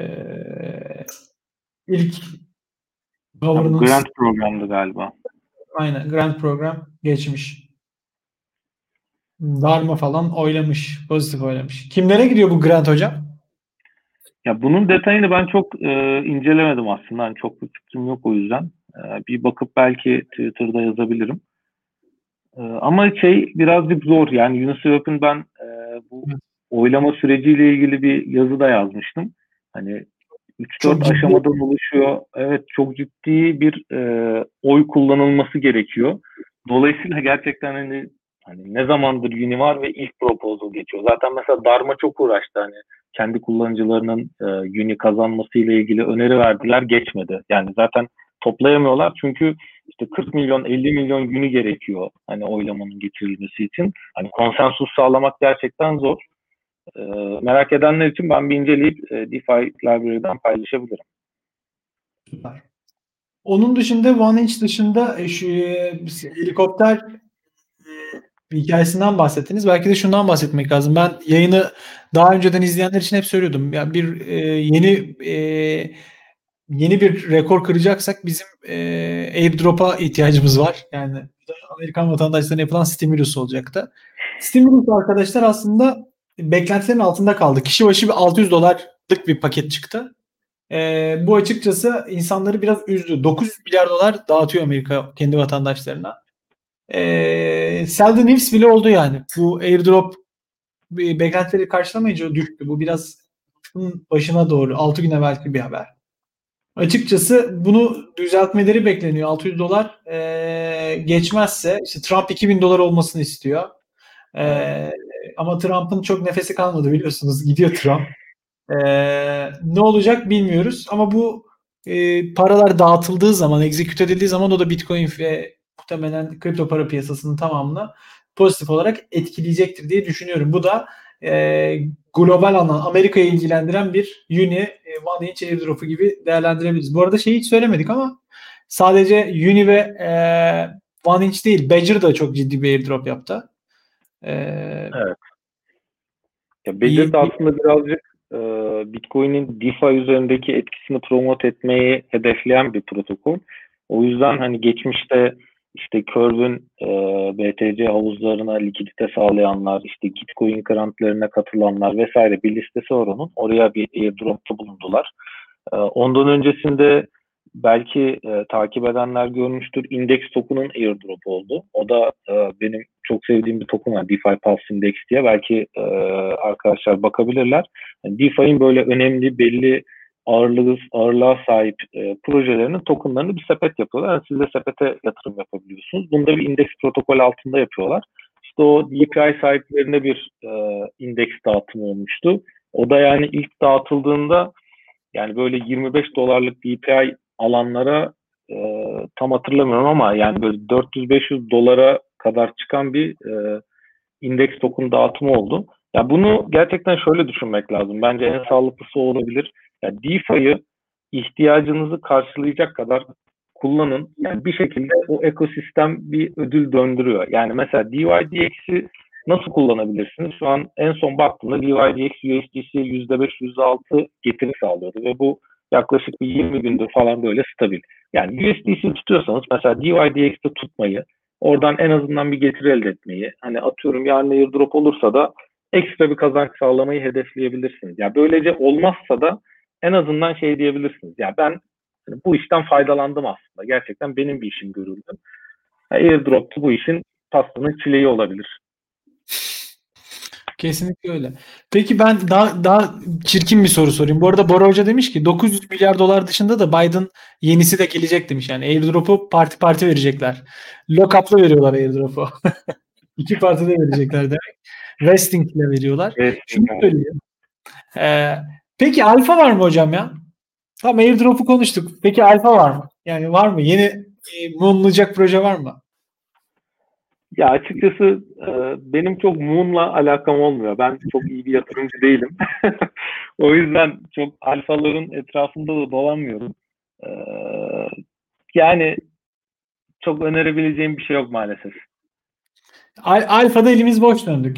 ilk Ya bu governance grant programdı galiba. aynen grant program geçmiş. Dharma falan oylamış. Pozitif oylamış. Kimlere gidiyor bu grant hocam? Ya bunun detayını ben çok e, incelemedim aslında. Yani çok bir fikrim yok o yüzden. E, bir bakıp belki Twitter'da yazabilirim. E, ama şey birazcık zor. Yani Uniswap'ın ben e, bu oylama süreciyle ilgili bir yazı da yazmıştım. Hani üç dört Çok ciddi. aşamadan oluşuyor. Evet çok ciddi bir e, oy kullanılması gerekiyor. Dolayısıyla gerçekten hani hani ne zamandır Uni var ve ilk proposal geçiyor. Zaten mesela Dharma çok uğraştı hani kendi kullanıcılarının e, Uni kazanması ile ilgili öneri verdiler geçmedi. Yani zaten toplayamıyorlar çünkü işte kırk milyon elli milyon Uni gerekiyor hani oylamanın geçirilmesi için. Hani konsensus sağlamak gerçekten zor. E, Merak edenler için ben bir inceleyip e, DeFi Library'den paylaşabilirim. Onun dışında One Inch dışında e, şu e, helikopter e, hikayesinden bahsettiniz. Belki de şundan bahsetmek lazım. Ben yayını daha önceden izleyenler için hep söylüyordum. Yani bir e, yeni e, yeni bir rekor kıracaksak bizim e, airdrop'a ihtiyacımız var. Yani Amerikan vatandaşlarına yapılan stimulus olacaktı. Stimulus arkadaşlar aslında beklentilerin altında kaldı. Kişi başı bir altı yüz dolarlık bir paket çıktı. E, bu açıkçası insanları biraz üzdü. dokuz yüz milyar dolar dağıtıyor Amerika kendi vatandaşlarına. E, sell the news bile oldu yani. Bu airdrop e, beklentileri karşılamayınca düştü. Bu biraz başına doğru altı güne belki bir haber. Açıkçası bunu düzeltmeleri bekleniyor. altı yüz dolar e, geçmezse işte Trump iki bin dolar olmasını istiyor. E, Evet. Ama Trump'ın çok nefesi kalmadı biliyorsunuz. Gidiyor Trump. E, Ne olacak bilmiyoruz. Ama bu e, paralar dağıtıldığı zaman, execute edildiği zaman o da Bitcoin ve muhtemelen kripto para piyasasının tamamını pozitif olarak etkileyecektir diye düşünüyorum. Bu da e, global alan Amerika'yı ilgilendiren bir Uni e, One Inch airdrop'u gibi değerlendirebiliriz. Bu arada şeyi hiç söylemedik ama sadece Uni ve e, One Inch değil, Badger da çok ciddi bir airdrop yaptı. E, Evet. Ya Badger iyi, de iyi. aslında birazcık e, Bitcoin'in DeFi üzerindeki etkisini promote etmeyi hedefleyen bir protokol. O yüzden hani geçmişte işte Curve'ün e, B T C havuzlarına likidite sağlayanlar, işte Gitcoin grantlarına katılanlar vesaire bir listesi var onun. Oraya bir airdrop'ta bulundular. E, ondan öncesinde belki e, takip edenler görmüştür. Index token'un airdrop oldu. O da e, benim çok sevdiğim bir token var. DeFi Pulse Index diye. Belki e, arkadaşlar bakabilirler. Yani DeFi'nin böyle önemli belli ağırlığı, ağırlığa sahip e, projelerinin tokenlarını bir sepet yapıyorlar. Yani siz de sepete yatırım yapabiliyorsunuz. Bunu da bir indeks protokol altında yapıyorlar. İşte o D P I sahiplerine bir e, indeks dağıtımı olmuştu. O da yani ilk dağıtıldığında yani böyle yirmi beş dolarlık D P I alanlara e, tam hatırlamıyorum ama yani böyle dört yüz beş yüz dolara kadar çıkan bir e, indeks token dağıtımı oldu. Ya bunu gerçekten şöyle düşünmek lazım. Bence en sağlıklısı o olabilir. Ya DeFi'yi ihtiyacınızı karşılayacak kadar kullanın. Yani bir şekilde o ekosistem bir ödül döndürüyor. Yani mesela D Y D X'i nasıl kullanabilirsiniz? Şu an en son baktığımda D Y D X U S D C'ye yüzde beş yüzde altı getiri sağlıyordu ve bu yaklaşık bir yirmi gündür falan böyle stabil. Yani U S D C tutuyorsanız mesela D Y D X'te tutmayı, oradan en azından bir getiri elde etmeyi, hani atıyorum yarın airdrop olursa da ekstra bir kazanç sağlamayı hedefleyebilirsiniz. Ya yani böylece olmazsa da en azından şey diyebilirsiniz. Ya ben hani bu işten faydalandım aslında. Gerçekten benim bir işim görüldü. Yani airdrop bu işin pastanın çileği olabilir. Kesinlikle öyle. Peki ben daha daha çirkin bir soru sorayım. Bu arada Bora Hoca demiş ki dokuz yüz milyar dolar dışında da Biden yenisi de gelecek demiş. Yani airdrop'u parti parti verecekler. Lock-up'la veriyorlar airdrop'u. İki partide verecekler demek. Vesting ile veriyorlar. Evet. Şunu söyleyeyim. Ee, peki alfa var mı hocam ya? Tamam airdrop'u konuştuk. Peki alfa var mı? Yani var mı? Yeni e, mumlayacak proje var mı? Ya açıkçası e, benim çok Moon'la alakam olmuyor. Ben çok iyi bir yatırımcı değilim. O yüzden çok alfaların etrafında da dolanmıyorum. E, yani çok önerebileceğim bir şey yok maalesef. Al- Alfa'da elimiz boş döndük.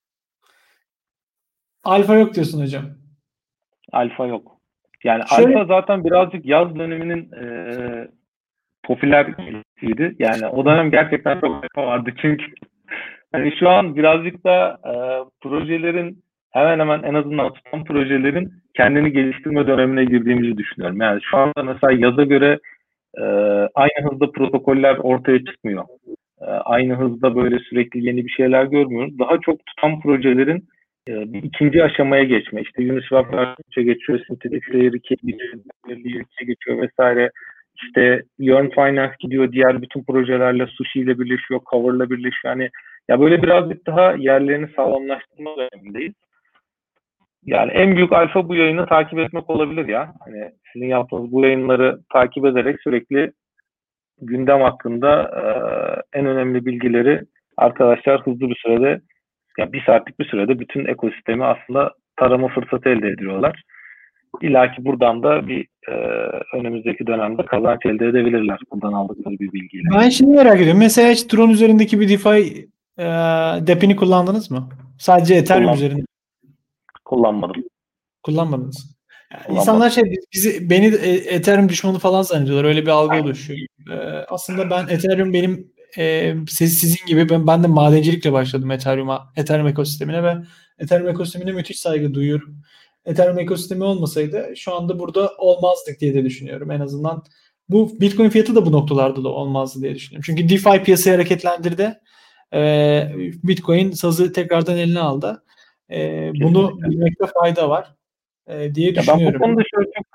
Alfa yok diyorsun hocam. Alfa yok. Yani Şöyle alfa zaten birazcık yaz döneminin e, popüler gelişiydi. Yani o dönem gerçekten çok alfa vardı çünkü hani şu an birazcık da e, projelerin hemen hemen en azından tutan projelerin kendini geliştirme dönemine girdiğimizi düşünüyorum. Yani şu anda mesela yaza göre e, aynı hızda protokoller ortaya çıkmıyor. E, aynı hızda böyle sürekli yeni bir şeyler görmüyoruz. Daha çok tutan projelerin e, bir ikinci aşamaya geçme. İşte Uniswap üçe geçiyor, Synthetic Layer ikiye geçiyor, ikiye geçiyor vesaire. İşte Yearn Finance gidiyor, diğer bütün projelerle Sushi ile birleşiyor, Cover'la birleşiyor. Yani ya böyle birazcık daha yerlerini sağlamlaştırma dönemindeyiz. Yani en büyük alfa bu yayını takip etmek olabilir ya. Hani sizin yaptığınız bu yayınları takip ederek sürekli gündem hakkında e, en önemli bilgileri arkadaşlar hızlı bir sürede, ya bir saatlik bir sürede bütün ekosistemi aslında tarama fırsatı elde ediyorlar. İlla ki buradan da bir e, önümüzdeki dönemde kazanç elde edebilirler buradan aldıkları bir bilgiyle. ben şimdi merak ediyorum. Mesela hiç Tron üzerindeki bir DeFi e, depini kullandınız mı? Sadece Ethereum Kullan, üzerinde kullanmadım. kullanmadınız. Yani insanlar Kullanmadım. şey bizi beni e, Ethereum düşmanı falan zannediyorlar. Öyle bir algı oluşuyor. E, aslında ben Ethereum benim e, siz, sizin gibi ben, ben de madencilikle başladım Ethereum'a, Ethereum ekosistemine ve Ethereum ekosistemine müthiş saygı duyuyorum. Ethereum ekosistemi olmasaydı şu anda burada olmazdık diye de düşünüyorum. En azından bu Bitcoin fiyatı da bu noktalarda da olmazdı diye düşünüyorum. Çünkü DeFi piyasayı hareketlendirdi. E, Bitcoin sazı tekrardan eline aldı. E, bunu Kesinlikle. bilmekte fayda var e, diye Ya ben bu düşünüyorum. konuda şöyle çok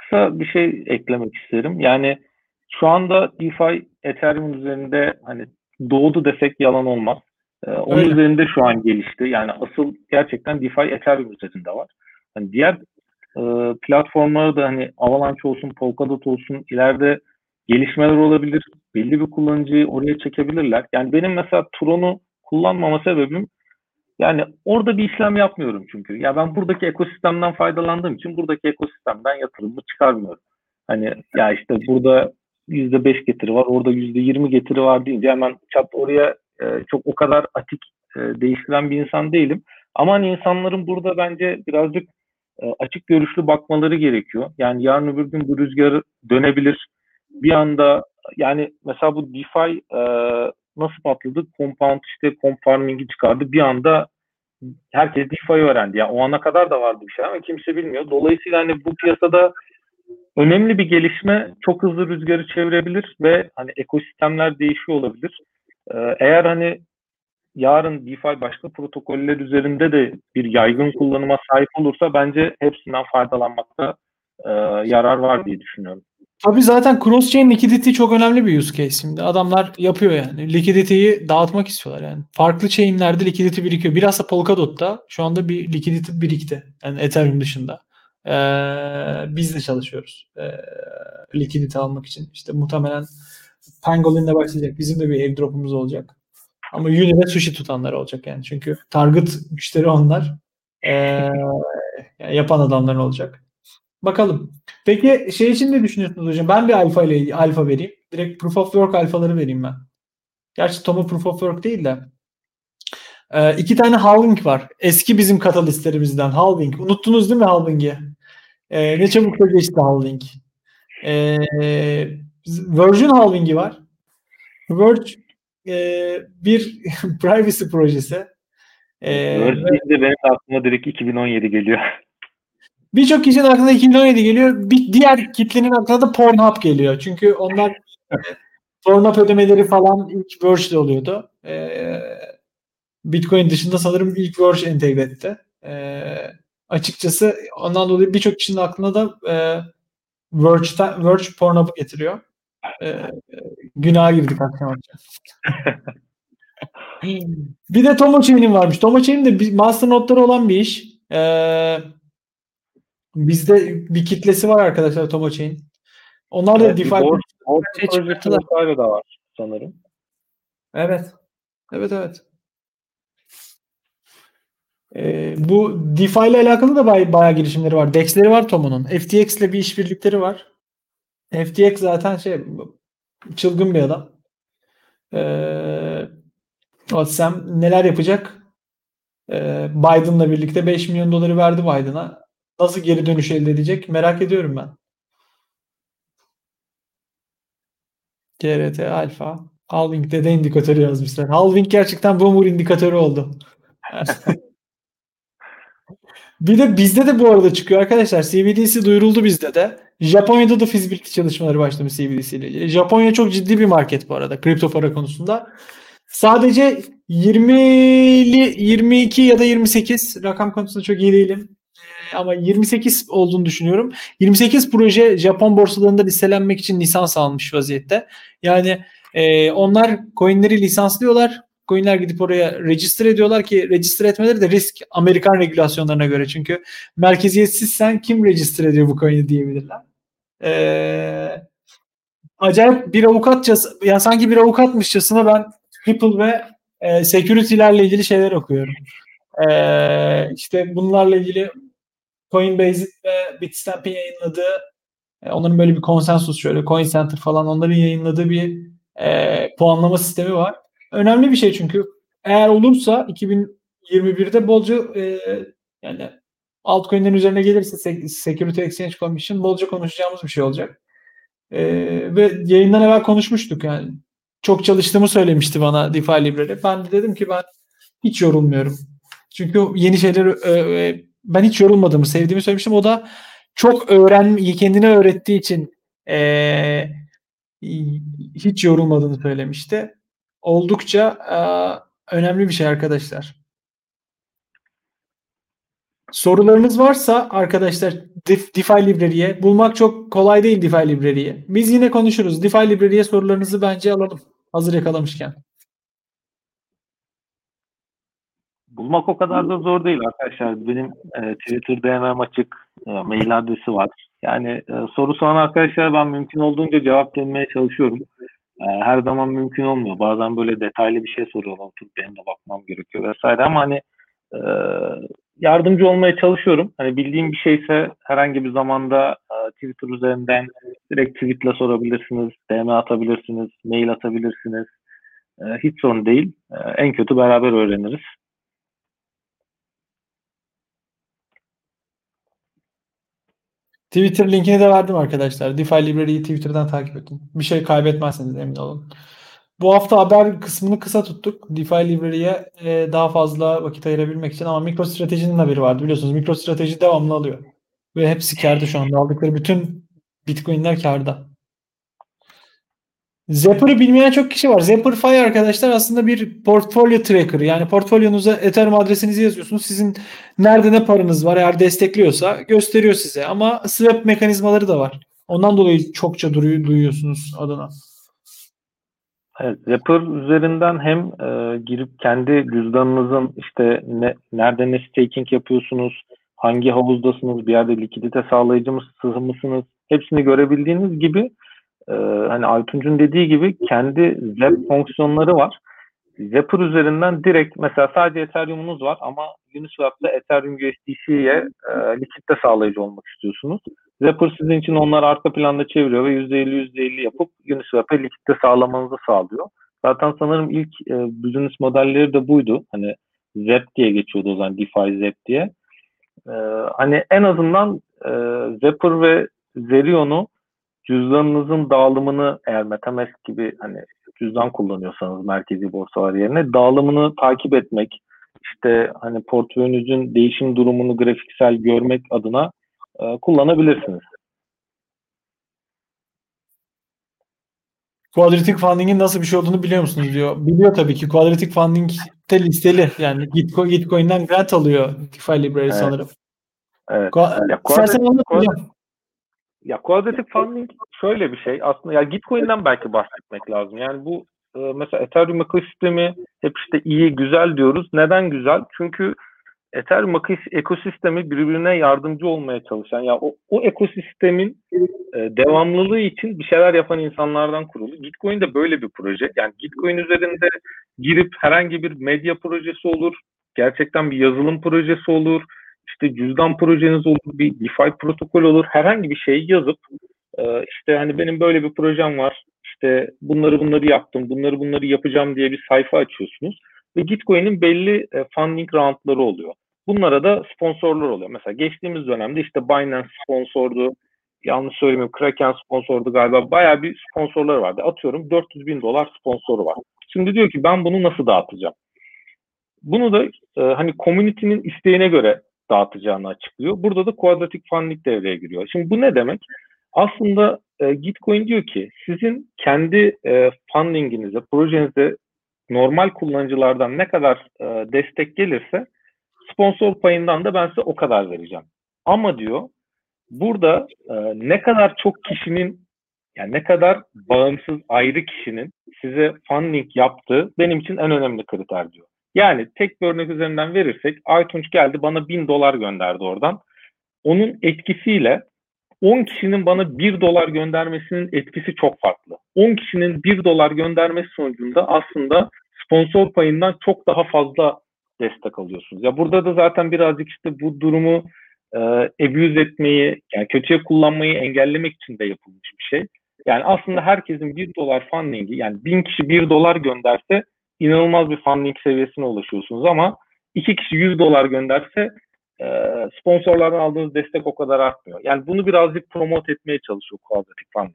kısa bir şey eklemek isterim. Yani şu anda DeFi Ethereum üzerinde hani doğdu desek yalan olmaz. Ee, onun Öyle. üzerinde şu an gelişti. Yani asıl gerçekten DeFi Ethereum üzerinde var. Hani diğer e, platformları da hani Avalanche olsun, Polkadot olsun ileride gelişmeler olabilir. Belli bir kullanıcıyı oraya çekebilirler. Yani benim mesela Tron'u kullanmama sebebim yani orada bir işlem yapmıyorum çünkü. Ya ben buradaki ekosistemden faydalandığım için buradaki ekosistemden yatırımımı çıkarmıyorum. Hani ya işte burada yüzde beş getiri var, orada yüzde yirmi getiri var deyince hemen çat oraya e, çok o kadar atik e, değiştiren bir insan değilim. Ama hani insanların burada bence birazcık e, açık görüşlü bakmaları gerekiyor. Yani yarın öbür gün bu rüzgarı dönebilir. Bir anda yani mesela bu DeFi e, nasıl patladı? Compound işte comp farming'i çıkardı. Bir anda herkes DeFi öğrendi. Yani o ana kadar da vardı bir şey ama kimse bilmiyor. Dolayısıyla hani bu piyasada önemli bir gelişme çok hızlı rüzgarı çevirebilir ve hani ekosistemler değişiyor olabilir. Ee, eğer hani yarın DeFi başka protokoller üzerinde de bir yaygın kullanıma sahip olursa bence hepsinden faydalanmakta e, yarar var diye düşünüyorum. Tabii zaten cross-chain liquidity çok önemli bir use case şimdi. Adamlar yapıyor yani. Liquidity'yi dağıtmak istiyorlar yani. Farklı chain'lerde liquidity birikiyor. Biraz da Polkadot'ta şu anda bir liquidity birikti. Yani Ethereum dışında. Ee, biz de çalışıyoruz. Ee, liquidity almak için. İşte muhtemelen Pangolin'de başlayacak. Bizim de bir airdrop'umuz olacak. Ama Uni ve Sushi tutanlar olacak yani. Çünkü target müşteri onlar. Ee, yani yapan adamlar olacak. Bakalım. Peki şey için ne düşünüyorsunuz hocam? Ben bir alfa ile alfa vereyim. Direkt proof of work alfaları vereyim ben. Gerçi Tom'u proof of work değil de. Ee, iki tane halving var. Eski bizim katalistlerimizden halving. Unuttunuz değil mi halving'i? Ee, ne çabuk da geçti halving. Ee, Virgin halving'i var. Verge e, bir privacy projesi. Ee, Verge ve deyince benim aklıma direkt iki bin on yedi geliyor. birçok kişinin aklına iki bin on yedi geliyor. Bir diğer kitlenin aklına da Pornhub geliyor. Çünkü onlar Tornap ödemeleri falan ilk Verge'de oluyordu. Ee, Bitcoin dışında sanırım ilk Verge entegre etti. Ee, açıkçası ondan dolayı birçok kişinin aklına da e, Verge'den, Verge Pornhub'ı getiriyor. Ee, günaha girdik akşam akşam. Bir de Tomo Chain'in varmış. Tomo Chain'in de bir masternodları olan bir iş. Ee, bizde bir kitlesi var arkadaşlar Tomo Chain. Onlar da Evet, bir DeFi board, board şey projesi çıkarttılar. vesaire de var sanırım. Evet. Evet evet. Ee, bu DeFi ile alakalı da bay, bayağı girişimleri var. DEX'leri var Tomo'nun. F T X ile bir işbirlikleri var. F T X zaten şey çılgın bir adam. Ee, o Sam neler yapacak? Ee, Biden'la birlikte beş milyon doları verdi Biden'a. Nasıl geri dönüş elde edecek? Merak ediyorum ben. G R T Alpha. Halving'de de indikatörü yazmışlar. Halving gerçekten boomer indikatörü oldu. Bir de bizde de bu arada çıkıyor arkadaşlar. C B D C duyuruldu bizde de. Japonya'da da fizibilite çalışmaları başlamış C B D C ile ilgili. Japonya çok ciddi bir market bu arada kripto para konusunda. Sadece yirmili yirmi iki ya da yirmi sekiz rakam konusunda çok iyi değilim. Ama yirmi sekiz olduğunu düşünüyorum. yirmi sekiz proje Japon borsalarında listelenmek için lisans almış vaziyette. Yani e, onlar coinleri lisanslıyorlar. Coinler gidip oraya register ediyorlar ki register etmeleri de risk Amerikan regülasyonlarına göre. Çünkü merkeziyetsizsen kim register ediyor bu coin'i diyebilirler. Ee, acayip bir avukatçası, ya sanki bir avukatmışçasına ben Ripple ve e, security'lerle ilgili şeyler okuyorum. Ee, işte bunlarla ilgili Coinbase'in ve Bitstamp'in yayınladığı e, onların böyle bir konsensus şöyle Coin Center falan onların yayınladığı bir e, puanlama sistemi var. Önemli bir şey çünkü eğer olursa iki bin yirmi birde bolca e, yani altcoin'lerin üzerine gelirse Security Exchange Commission bolca konuşacağımız bir şey olacak. E, ve yayından evvel konuşmuştuk yani. Çok çalıştığımı söylemişti bana DeFi Library. Ben de dedim ki ben hiç yorulmuyorum. Çünkü yeni şeyleri e, ben hiç yorulmadığımı, sevdiğimi söylemiştim. O da çok öğren, kendine öğrettiği için e, hiç yorulmadığını söylemişti. Oldukça e, önemli bir şey arkadaşlar. Sorularınız varsa arkadaşlar DeFi Library'ye bulmak çok kolay değil DeFi Library'ye. Biz yine konuşuruz. DeFi Library'ye sorularınızı bence alalım. Hazır yakalamışken. Bulmak o kadar da zor değil arkadaşlar. Benim e, Twitter D M'm açık, e, mail adresi var. Yani e, soru soran arkadaşlar ben mümkün olduğunca cevap vermeye çalışıyorum. E, her zaman mümkün olmuyor. Bazen böyle detaylı bir şey soruyorlar. Oturup benim de bakmam gerekiyor vesaire ama hani e, yardımcı olmaya çalışıyorum. Hani bildiğim bir şeyse herhangi bir zamanda e, Twitter üzerinden direkt tweetle sorabilirsiniz, D M atabilirsiniz, mail atabilirsiniz. E, hiç sorun değil. E, en kötü beraber öğreniriz. Twitter linkini de verdim arkadaşlar. DeFi Library'yi Twitter'dan takip edin. Bir şey kaybetmezseniz emin olun. Bu hafta haber kısmını kısa tuttuk. DeFi Library'ye e, daha fazla vakit ayırabilmek için ama MicroStrategy'nin haberi vardı. Biliyorsunuz MicroStrategy devamlı alıyor. Ve hepsi kârda şu anda. Aldıkları bütün Bitcoin'ler kârda. Zapper'ı bilmeyen çok kişi var. Zapperfy arkadaşlar aslında bir portfolyo tracker. Yani portfolyonuza Ethereum adresinizi yazıyorsunuz. Sizin nerede ne paranız var eğer destekliyorsa gösteriyor size. Ama swap mekanizmaları da var. Ondan dolayı çokça duyuyorsunuz adına. Evet, Zapper üzerinden hem e, girip kendi cüzdanınızın işte ne, nerede ne staking yapıyorsunuz, hangi havuzdasınız, bir yerde likidite sağlayıcı mısınız, hepsini görebildiğiniz gibi e, hani Aytunç'un dediği gibi kendi Zap fonksiyonları var. Zapper üzerinden direkt mesela sadece Ethereum'unuz var ama Uniswap'ta Ethereum U S D C'ye e, likitte sağlayıcı olmak istiyorsunuz. Zapper sizin için onları arka planda çeviriyor ve yüzde elli yüzde elli yapıp Uniswap'a likitte sağlamanızı sağlıyor. Zaten sanırım ilk e, business modelleri de buydu. Hani Zap diye geçiyordu o zaman, DeFi Zap diye. E, hani en azından e, Zapper ve Zerion'u cüzdanınızın dağılımını eğer MetaMask gibi hani cüzdan kullanıyorsanız merkezi borsalar yerine dağılımını takip etmek, işte hani portföyünüzün değişim durumunu grafiksel görmek adına e, kullanabilirsiniz. Quadratic Funding'in nasıl bir şey olduğunu biliyor musunuz diyor. Biliyor tabii ki. Quadratic Funding de listeli. Yani Gitcoin, Gitcoin'den grant alıyor DeFi Library evet. Sanırım. Evet. Ya, İstersen anlatacağım. Ya Quadratic Funding şöyle bir şey. Aslında ya Gitcoin'den belki bahsetmek lazım. Yani bu e, mesela Ethereum ekosistemi hep işte iyi, güzel diyoruz. Neden güzel? Çünkü Ethereum ekosistemi birbirine yardımcı olmaya çalışan, ya o, o ekosistemin e, devamlılığı için bir şeyler yapan insanlardan kurulu. Gitcoin de böyle bir proje. Yani Gitcoin üzerinde girip herhangi bir medya projesi olur, gerçekten bir yazılım projesi olur, işte cüzdan projeniz olur, bir DeFi protokol olur, herhangi bir şey yazıp e, işte hani benim böyle bir projem var, işte bunları bunları yaptım, bunları bunları yapacağım diye bir sayfa açıyorsunuz ve Gitcoin'in belli e, funding roundları oluyor. Bunlara da sponsorlar oluyor. Mesela geçtiğimiz dönemde işte Binance sponsordu, yanlış söylemiyorum, Kraken sponsordu galiba. Bayağı bir sponsorları vardı. Atıyorum dört yüz bin dolar sponsoru var. Şimdi diyor ki ben bunu nasıl dağıtacağım? Bunu da e, hani community'nin isteğine göre dağıtacağını açıklıyor. Burada da Quadratic Funding devreye giriyor. Şimdi bu ne demek? Aslında e, Gitcoin diyor ki sizin kendi e, fundinginize, projenize normal kullanıcılardan ne kadar e, destek gelirse sponsor payından da ben size o kadar vereceğim. Ama diyor burada e, ne kadar çok kişinin, yani ne kadar bağımsız ayrı kişinin size funding yaptığı benim için en önemli kriter diyor. Yani tek bir örnek üzerinden verirsek Aytunç geldi bana bin dolar gönderdi oradan. Onun etkisiyle on kişinin bana bir dolar göndermesinin etkisi çok farklı. on kişinin bir dolar göndermesi sonucunda aslında sponsor payından çok daha fazla destek alıyorsunuz. Ya burada da zaten birazcık işte bu durumu e, abuse etmeyi, yani kötüye kullanmayı engellemek için de yapılmış bir şey. Yani aslında herkesin bir dolar funding'i, yani bin kişi bir dolar gönderse inanılmaz bir funding seviyesine ulaşıyorsunuz ama iki kişi yüz dolar gönderse sponsorlardan aldığınız destek o kadar artmıyor. Yani bunu birazcık promote etmeye çalışıyor Quadratic Funding.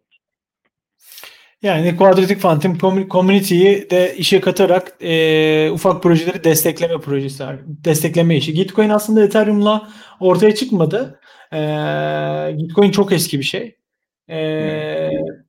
Yani Quadratic Funding community'yi de işe katarak e, ufak projeleri destekleme projesi, destekleme işi. Gitcoin aslında Ethereum'la ortaya çıkmadı. E, Gitcoin çok eski bir şey. E,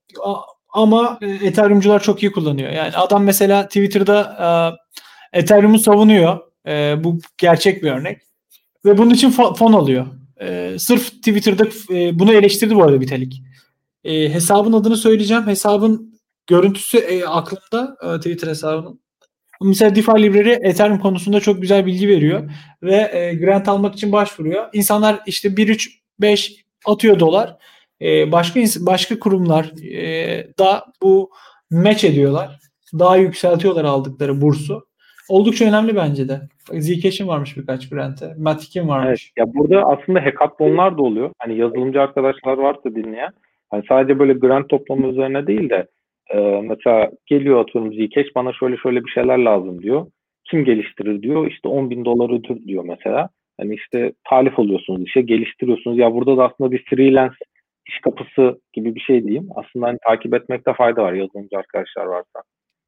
ama Ethereum'cular çok iyi kullanıyor. Yani adam mesela Twitter'da e, Ethereum'u savunuyor. E, bu gerçek bir örnek. Ve bunun için fo- fon alıyor. Ee, sırf Twitter'da e, bunu eleştirdi bu arada Vitalik. E, hesabın adını söyleyeceğim. Hesabın görüntüsü e, aklımda. E, Twitter hesabının. Mesela DeFi Library Ethereum konusunda çok güzel bilgi veriyor. Ve e, grant almak için başvuruyor. İnsanlar işte bir üç beş atıyor dolar. E, başka başka kurumlar e, da bu match ediyorlar. Daha yükseltiyorlar aldıkları bursu. Oldukça önemli bence de. Zcash'in varmış birkaç grant'e. Matic'in Evet. varmış. Ya burada aslında hackathonlar da oluyor. Hani yazılımcı arkadaşlar varsa dinleyen. Hani sadece böyle grant toplama üzerine değil de e, mesela geliyor atıyorum Zcash bana şöyle şöyle bir şeyler lazım diyor. Kim geliştirir diyor. İşte on bin dolar ödül diyor mesela. Hani işte talip oluyorsunuz işe geliştiriyorsunuz. Ya burada da aslında bir freelance iş kapısı gibi bir şey diyeyim. Aslında hani takip etmekte fayda var yazılımcı arkadaşlar varsa.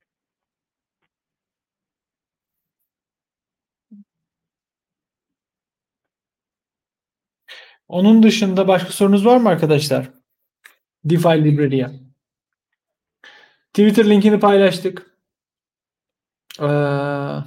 Onun dışında başka sorunuz var mı arkadaşlar? DeFi Library'e. Twitter linkini paylaştık. Ee,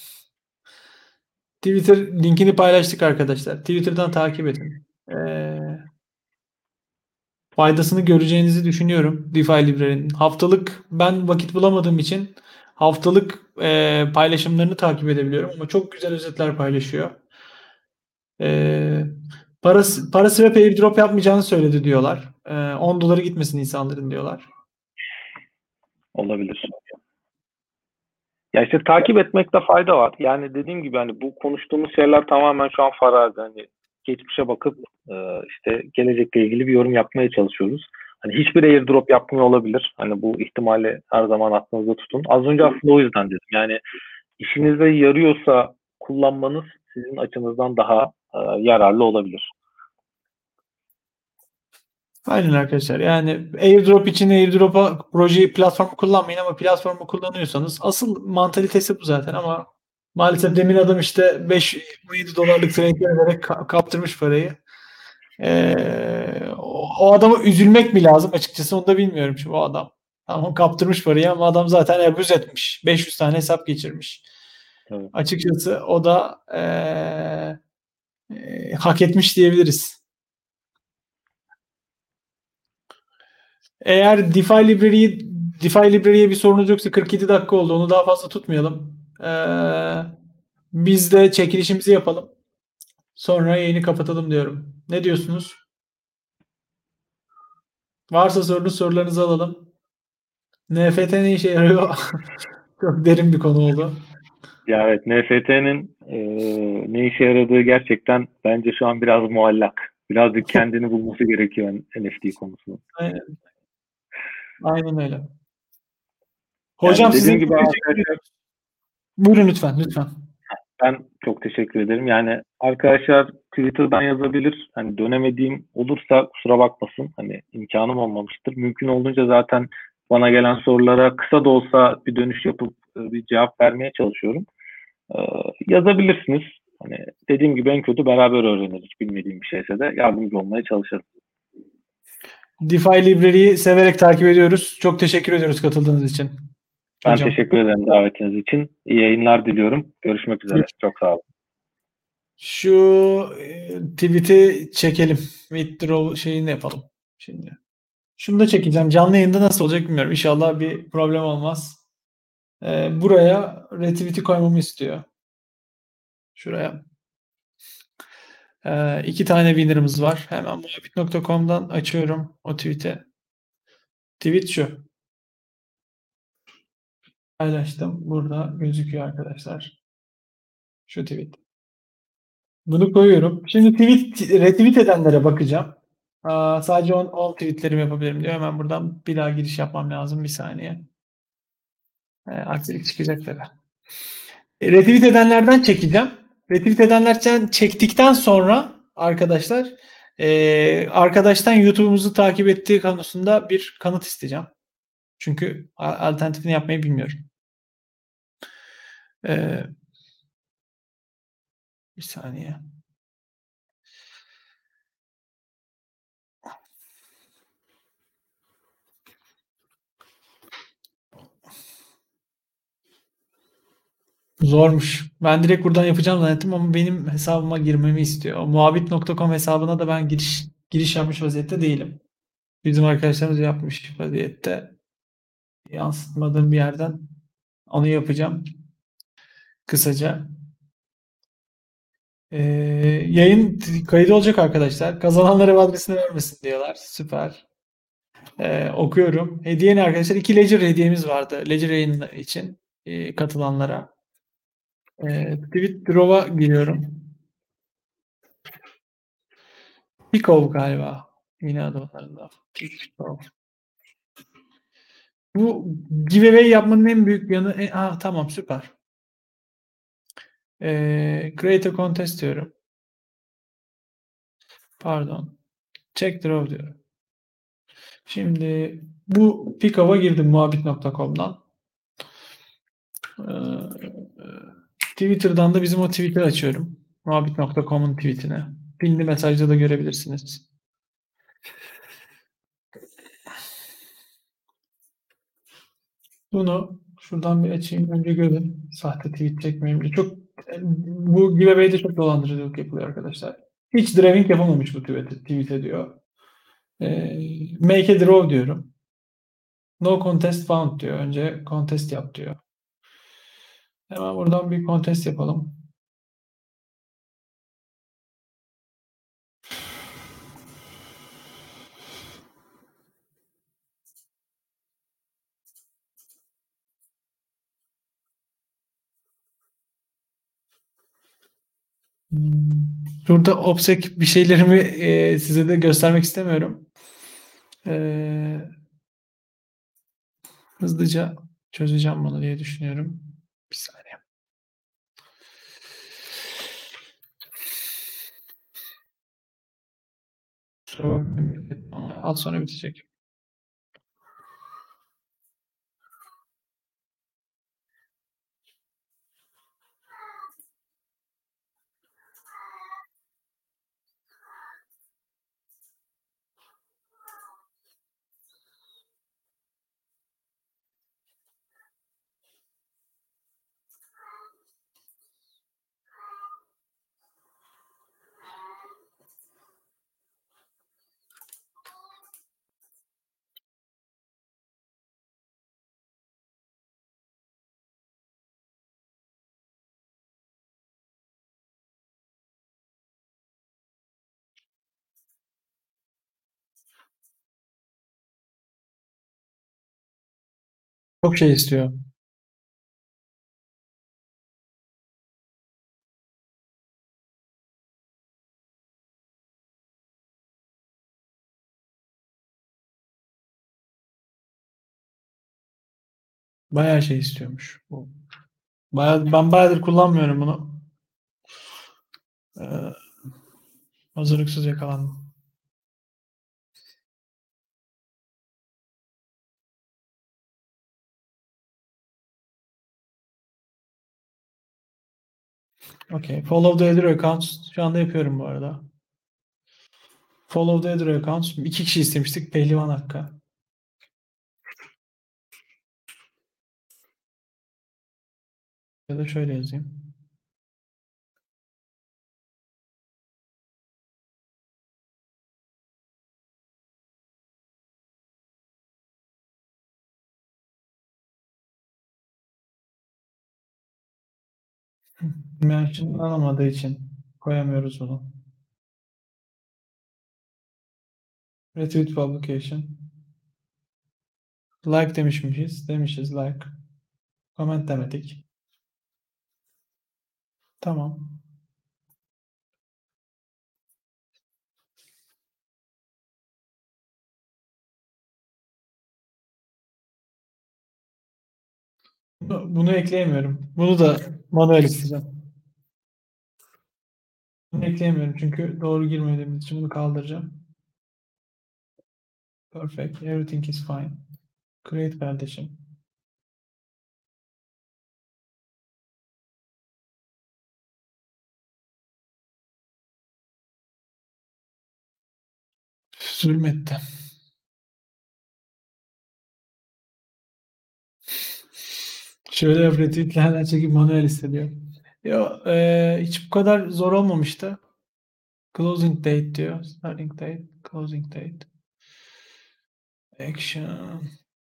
Twitter linkini paylaştık arkadaşlar. Twitter'dan takip edin. Ee, faydasını göreceğinizi düşünüyorum DeFi Library'nin. Haftalık ben vakit bulamadığım için haftalık e, paylaşımlarını takip edebiliyorum ama çok güzel özetler paylaşıyor. Ee, parası, para swap airdrop yapmayacağını söyledi diyorlar. Ee, on doları gitmesin insanların diyorlar. Olabilir. Ya işte takip etmekte fayda var. Yani dediğim gibi hani bu konuştuğumuz şeyler tamamen şu an farazi. Hani geçmişe bakıp e, işte gelecekle ilgili bir yorum yapmaya çalışıyoruz. Hani hiçbir airdrop yapmıyor olabilir. Hani bu ihtimali her zaman aklınızda tutun. Az önce aslında o yüzden dedim. Yani işinize yarıyorsa kullanmanız sizin açınızdan daha e, yararlı olabilir. Aynen arkadaşlar. Yani airdrop için airdrop'a projeyi platformu kullanmayın ama platformu kullanıyorsanız asıl mantalitesi bu zaten ama maalesef demin adam işte beş yedi dolarlık trade vererek ka- kaptırmış parayı. Ee, o, o adama üzülmek mi lazım açıkçası onu da bilmiyorum şimdi o adam. Tamam kaptırmış parayı ama adam zaten abuz etmiş. beş yüz tane hesap geçirmiş. Evet. Açıkçası o da ee, ee, hak etmiş diyebiliriz. Eğer DeFi Library'yi DeFi Library'ye bir sorunuz yoksa kırk yedi dakika oldu. Onu daha fazla tutmayalım. Ee, biz de çekilişimizi yapalım. Sonra yayını kapatalım diyorum. Ne diyorsunuz? Varsa sorunuz sorularınızı alalım. N F T ne işe yarıyor? Çok derin bir konu oldu. Ya evet N F T'nin e, ne işe yaradığı gerçekten bence şu an biraz muallak. Birazcık kendini bulması gerekiyor N F T konusunda. Aynen, aynen öyle. Yani Hocam size dediğim gibi çok teşekkür arkadaşlar ediyorum. Buyurun lütfen, lütfen. ben çok teşekkür ederim. Yani arkadaşlar Twitter'dan yazabilir. Hani dönemediğim olursa kusura bakmasın. Hani imkanım olmamıştır. Mümkün olduğunca zaten bana gelen sorulara kısa da olsa bir dönüş yapıp e, bir cevap vermeye çalışıyorum. Ee, yazabilirsiniz. Hani dediğim gibi en kötü beraber öğreniriz. Bilmediğim bir şeyse de yardımcı olmaya çalışırım. DeFi Library'yi severek takip ediyoruz. Çok teşekkür ediyoruz katıldığınız için. Ben Hocam. teşekkür ederim davetiniz için. İyi yayınlar diliyorum. Görüşmek üzere. Çok sağ olun. Şu e, tweet'i çekelim. Withdraw şeyini yapalım şimdi. Şunu da çekeceğim. Canlı yayında nasıl olacak bilmiyorum. İnşallah bir problem olmaz. E, buraya retweet'i koymamı istiyor. Şuraya. E, iki tane winner'ımız var. Hemen muhabbet nokta com'dan açıyorum o tweet'i. Tweet şu. Paylaştım. Burada gözüküyor arkadaşlar. Şu tweet. Bunu koyuyorum. Şimdi tweet retweet edenlere bakacağım. Aa, sadece on, on tweetlerimi yapabilirim diyor. Hemen buradan bir daha giriş yapmam lazım. Bir saniye. E, aksilik çıkacak tabii. E, retweet edenlerden çekeceğim. Retweet edenlerden çektikten sonra arkadaşlar e, arkadaştan YouTube'umuzu takip ettiği konusunda bir kanıt isteyeceğim. Çünkü alternatifini yapmayı bilmiyorum. E, bir saniye. Zormuş. Ben direkt buradan yapacağım zannettim ama benim hesabıma girmemi istiyor. O muhabit nokta com hesabına da ben giriş giriş yapmış vaziyette değilim. Bizim arkadaşlarımız yapmış vaziyette. Yansıtmadığım bir yerden onu yapacağım kısaca. Ee, Yayın kaydı olacak arkadaşlar. Kazananlara ev adresini vermesin diyorlar. Süper. Ee, okuyorum. Hediye ne arkadaşlar? İki Ledger hediyemiz vardı. Ledger yayını için e, katılanlara. Ee, Tweet Draw'a giriyorum. Pikov galiba. Yine adı onların. Pikov. Bu giveaway yapmanın en büyük yanı... E, ah, tamam süper. Ee, create a contest diyorum. Pardon. Check draw diyorum. Şimdi bu Pikov'a girdim muhabit nokta com'dan. Ee, Twitter'dan da bizim o tweet'i açıyorum. muhabit nokta com'un tweet'ini. Pinli mesajda da görebilirsiniz. Bunu şuradan bir açayım. Önce görün. Sahte tweet çekmeyeyim diye. Çok, bu giveaway'de çok dolandırıcılık yapılıyor arkadaşlar. Hiç drawing yapamamış bu tweet, tweet ediyor. Ee, make a draw diyorum. No contest found diyor. Önce contest yap diyor. Hemen buradan bir contest yapalım. Hmm. Burada obsek bir şeylerimi e, size de göstermek istemiyorum. E, Hızlıca çözeceğim bunu diye düşünüyorum. Bir saniye. Az sonra bitecek. Çok şey istiyor. Bayağı şey istiyormuş. Bu. Bayağı, ben bayağıdır kullanmıyorum bunu. Ee, Hazırlıksız yakalandım. Okay. Follow the other accounts. Şu anda yapıyorum bu arada. Follow the other accounts. İki kişi istemiştik. Pehlivan Hakkı. Ya da şöyle yazayım. Mention alamadığı için koyamıyoruz bunu. Retweet publication. Like demişmişiz. Demişiz like. Comment demedik. Tamam. Bunu, bunu ekleyemiyorum. Bunu da manuel isteyeceğim. Bunu ekleyemiyorum çünkü doğru girmediğimiz için bunu kaldıracağım. Perfect. Everything is fine. Create kardeşim. Zulmetti. Şöyle yap, retweetlerden çekip manuel hissediyor. Yo, e, hiç bu kadar zor olmamıştı. Closing date diyor. Starting date, closing date. Action.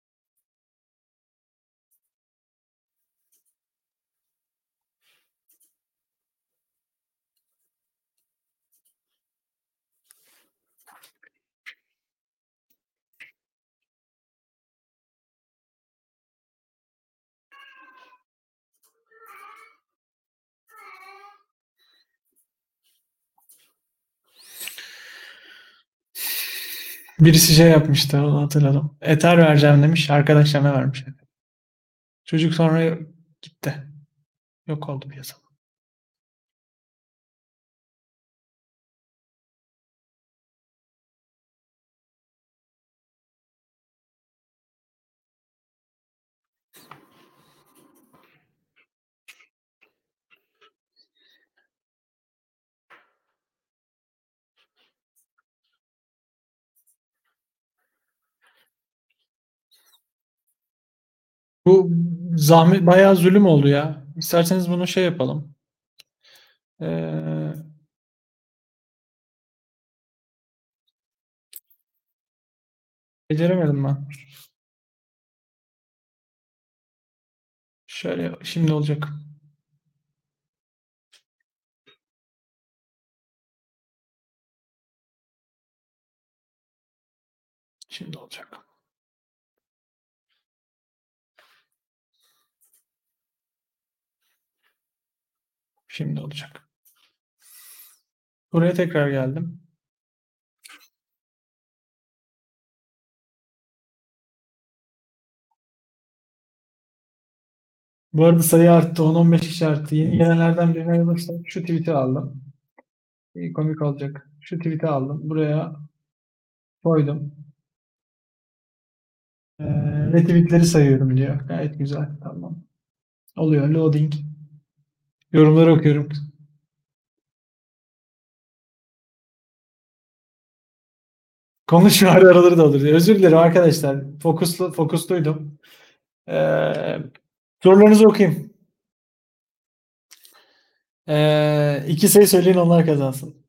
Birisi şey yapmıştı, onu hatırladım. Ether vereceğim demiş, arkadaşlarına vermiş. Çocuk sonra gitti. Yok oldu piyasa. Bu zahmet bayağı zulüm oldu ya. İsterseniz bunu şey yapalım. Ee, beceremedim ben. Şöyle şimdi olacak. Şimdi olacak. Şimdi olacak. Buraya tekrar geldim. Bu arada sayı arttı. on on beş kişi arttı. Yeni gelenlerden birine yazmıştım. Şu tweet'i aldım. İyi, komik olacak. Şu tweet'i aldım. Buraya koydum. Ee, retweetleri sayıyorum diyor. Gayet güzel. Tamam. Oluyor. Loading. Yorumları okuyorum. Konuşma, ara araları da olur diyor. Özür dilerim arkadaşlar. Fokuslu, fokusluydum. Ee, sorularınızı okuyayım. Ee, iki sayı söyleyin, onlar kazansın.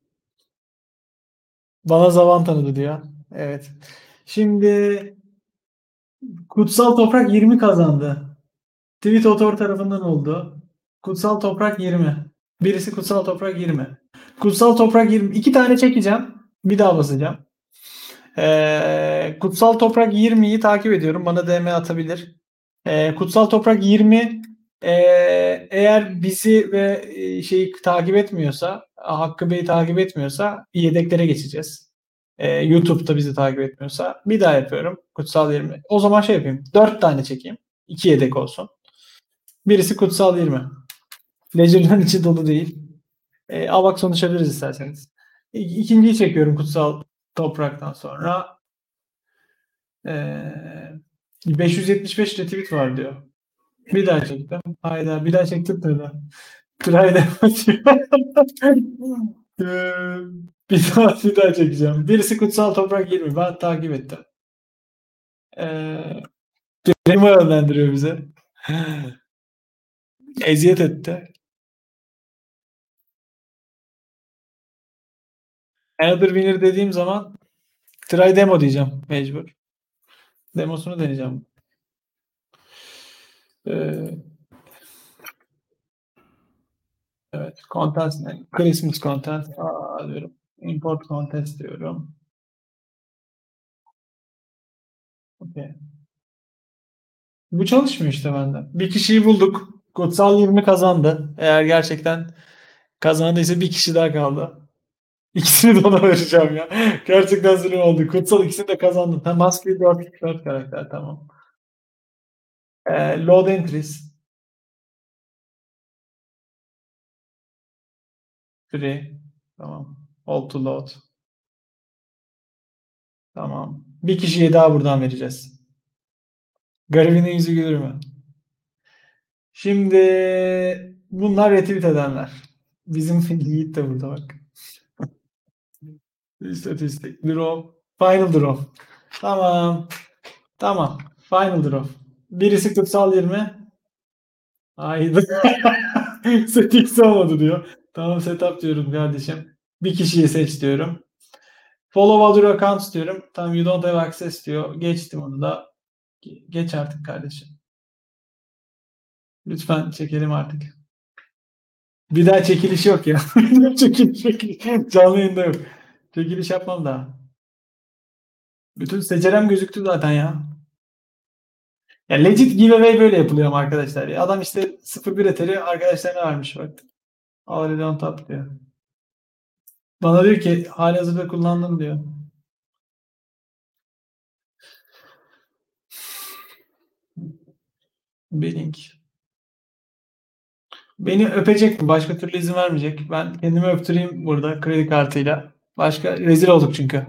Bana zaman tanıdı diyor. Evet. Şimdi Kutsal Toprak yirmi kazandı. Tweet Otor tarafından oldu. Kutsal Toprak yirmi. Birisi Kutsal Toprak yirmi. Kutsal Toprak yirmi. İki tane çekeceğim. Bir daha basacağım. Ee, Kutsal Toprak yirmiyi takip ediyorum. Bana D M atabilir. Ee, Kutsal Toprak yirmi e, eğer bizi ve e, şeyi takip etmiyorsa, Hakkı Bey'i takip etmiyorsa yedeklere geçeceğiz. Ee, YouTube'da bizi takip etmiyorsa bir daha yapıyorum. Kutsal yirmi. O zaman şey yapayım. Dört tane çekeyim. İki yedek olsun. Birisi Kutsal yirmi. Ledger'ın içi dolu değil. E, Avax konuşabiliriz isterseniz. İ- İkinciyi çekiyorum Kutsal Toprak'tan sonra. E, beş yüz yetmiş beş retweet var diyor. Bir daha çektim. Hayda, bir daha çektim dedi. Try diyor. E, bir daha bir daha çekeceğim. Birisi Kutsal Toprak yirmi. Ben takip ettim. E, Beni yönlendiriyor bize. Eziyet etti. Another winner dediğim zaman try demo diyeceğim mecbur. Demosunu deneyeceğim. Ee, evet. Content, yani Christmas content aa, diyorum. Import content diyorum. Okay. Bu çalışmıyor işte bende. Bir kişiyi bulduk. Kutsal yirmi kazandı. Eğer gerçekten kazandıysa bir kişi daha kaldı. İkisini de ona vereceğim ya. Gerçekten zulüm oldu. Kutsal ikisini de kazandı. Ha, Maskeli dört, dört karakter, tamam. Ee, load entries. Free. Tamam. All to load. Tamam. Bir kişiye daha buradan vereceğiz. Garibinin yüzü gülür mü? Şimdi bunlar retweet edenler. Bizim Yiğit de burada bak. İstatistik. Draw. Final draw. Tamam. Tamam. Final draw. Birisi Kutsal yirmi. Haydi. Setix olmadı diyor. Tamam setup diyorum kardeşim. Bir kişiyi seç diyorum. Follow other accounts diyorum. Tamam you don't have access diyor. Geçtim onu da. Geç artık kardeşim. Lütfen çekelim artık. Bir daha çekiliş yok ya. çekiliş, çekiliş. Canlı yayında yok. Çekiliş yapmam daha. Bütün secerem gözüktü zaten ya. Ya legit giveaway böyle yapılıyor ama arkadaşlar. Ya adam işte sıfır bir eteri arkadaşlarına vermiş bak. Already on top diyor. Bana diyor ki halihazırda kullandım diyor. Bilink. Beni öpecek mi? Başka türlü izin vermeyecek. Ben kendimi öptüreyim burada kredi kartıyla. Başka rezil olduk çünkü.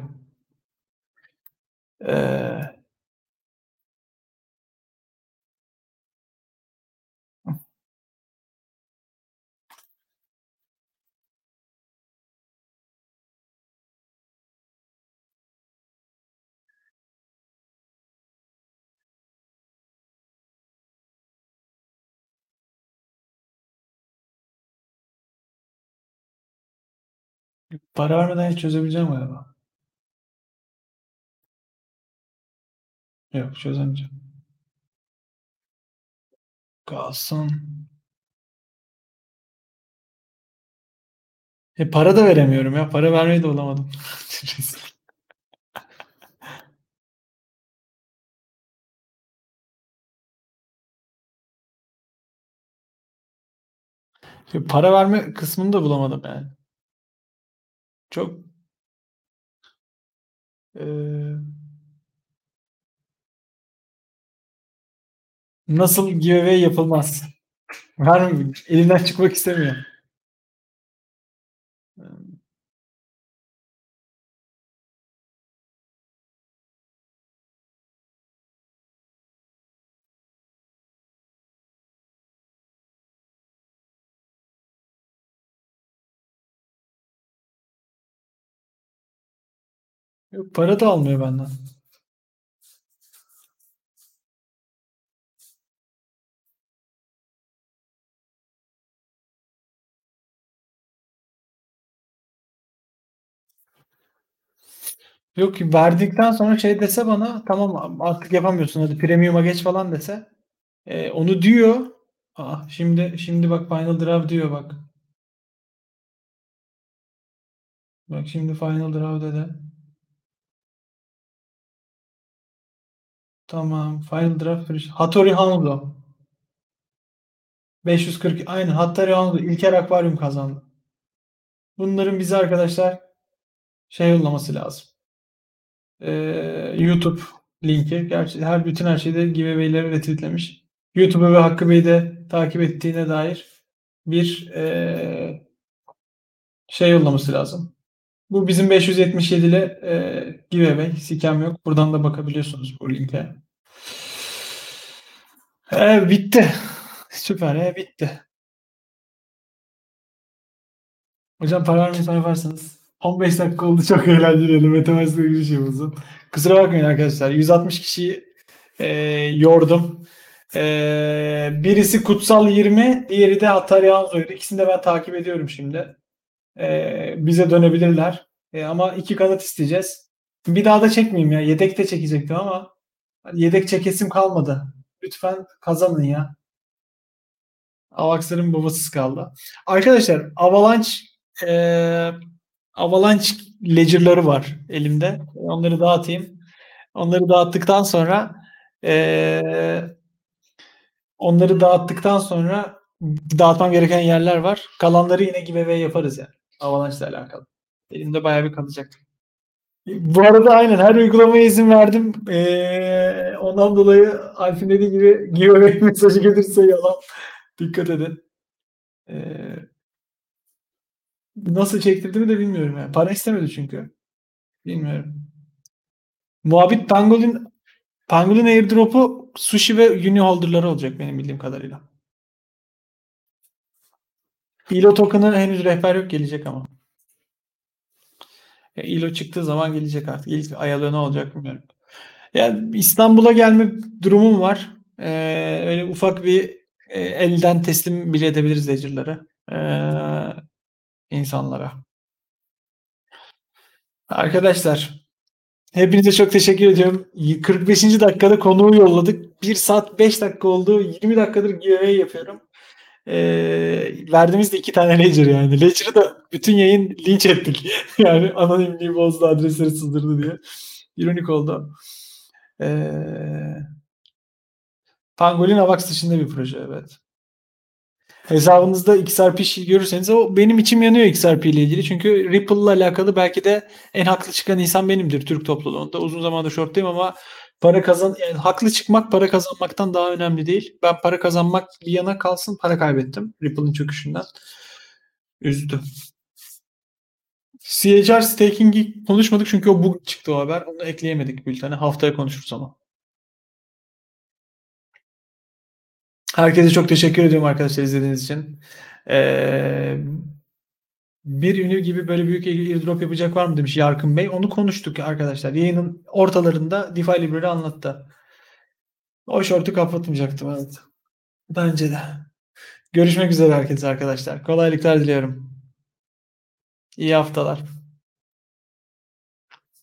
Ee, para vermeden hiç çözebileceğim galiba. Yok çözemeyeceğim. Kalsın. E para da veremiyorum ya. Para vermeyi de bulamadım. E, para verme kısmını da bulamadım yani. Çok e, nasıl giveaway yapılmaz? Var mı? Elinden çıkmak istemiyor. Yok, para da almıyor benden. Yok ki verdikten sonra şey dese bana tamam artık yapamıyorsun hadi premium'a geç falan dese e, onu diyor. Aa, şimdi şimdi bak Final Draw diyor bak. Bak şimdi Final Draw dedi. Tamam Final Draw finish. Hattori Hanzo. beş yüz kırk aynen Hattori Hanzo İlker Akvaryum kazandı. Bunların bize arkadaşlar şey yollaması lazım. Ee, YouTube linki. Gerçi her bütün her şeyde giveaway'leri retweetlemiş. YouTube'u ve Hakkı Bey'i de takip ettiğine dair bir ee, şey yollaması lazım. Bu bizim beş yüz yetmiş yedi ile e, giveaway. Sikem yok. Buradan da bakabiliyorsunuz bu linke. E, bitti. Süper. E, bitti. Hocam para vermeyi yaparsanız. on beş dakika oldu. Çok eğlenceli oldu. Matematikle giriş yapılsın. Kusura bakmayın arkadaşlar. yüz altmış kişiyi e, yordum. E, birisi Kutsal yirmi, diğeri de Atari Hanzo'ydu. İkisini de ben takip ediyorum şimdi. E, bize dönebilirler. E, ama iki kanıt isteyeceğiz. Bir daha da çekmeyeyim ya. Yedek de çekecektim ama yedek çekesim kalmadı. Lütfen kazanın ya. Avax'ların babasız kaldı. Arkadaşlar Avalanche e, Avalanche Ledger'ları var elimde. Onları dağıtayım. Onları dağıttıktan sonra e, onları dağıttıktan sonra dağıtmam gereken yerler var. Kalanları yine giveaway yaparız yani. Avalanche ile alakalı. Elimde bayağı bir kalacak. Bu arada aynen her uygulamaya izin verdim. Ee, ondan dolayı Alf'in dediği gibi giveaway mesajı gelirse yalan. Dikkat edin. Ee, nasıl çektirdiğimi de bilmiyorum yani. Para istemedi çünkü. Bilmiyorum. Muhabbet Pangolin Pangolin airdrop'u sushi ve uni holder'ları olacak benim bildiğim kadarıyla. E L O token'ı henüz rehber yok gelecek ama. E, E L O çıktığı zaman gelecek artık. İlk ayalı ne olacak bilmiyorum. Yani İstanbul'a gelme durumum var. Ee, öyle ufak bir e, elden teslim bile edebiliriz Ledger'ları e, insanlara. Arkadaşlar hepinize çok teşekkür ediyorum. kırk beşinci dakikada konuğu yolladık. bir saat beş dakika oldu. yirmi dakikadır giveaway yapıyorum. E, verdiğimiz de iki tane Ledger yani. Ledger'ı da bütün yayın linç ettik. Yani anonimliği bozdu, adresleri sızdırdı diye. İronik oldu. Eee Pangolin Avax dışında bir proje, evet. Hesabınızda X R P şi görürseniz o benim içim yanıyor X R P ile ilgili. Çünkü Ripple'la alakalı belki de en haklı çıkan insan benimdir Türk topluluğunda. Uzun zamandır short'tayım ama para kazan yani haklı çıkmak para kazanmaktan daha önemli değil. Ben para kazanmak bir yana kalsın, para kaybettim Ripple'ın çöküşünden. Üzdü. C H R staking'i konuşmadık çünkü o bugün çıktı o haber. Onu ekleyemedik bültene. Haftaya konuşuruz ama. Herkese çok teşekkür ediyorum arkadaşlar izlediğiniz için. Ee, bir ünlü gibi böyle büyük airdrop yapacak var mı demiş Yarkın Bey. Onu konuştuk arkadaşlar. Yayının ortalarında DeFi Library anlattı. O short'u kapatmayacaktım, evet. Bence de. Görüşmek üzere herkese arkadaşlar. Kolaylıklar diliyorum. İyi haftalar.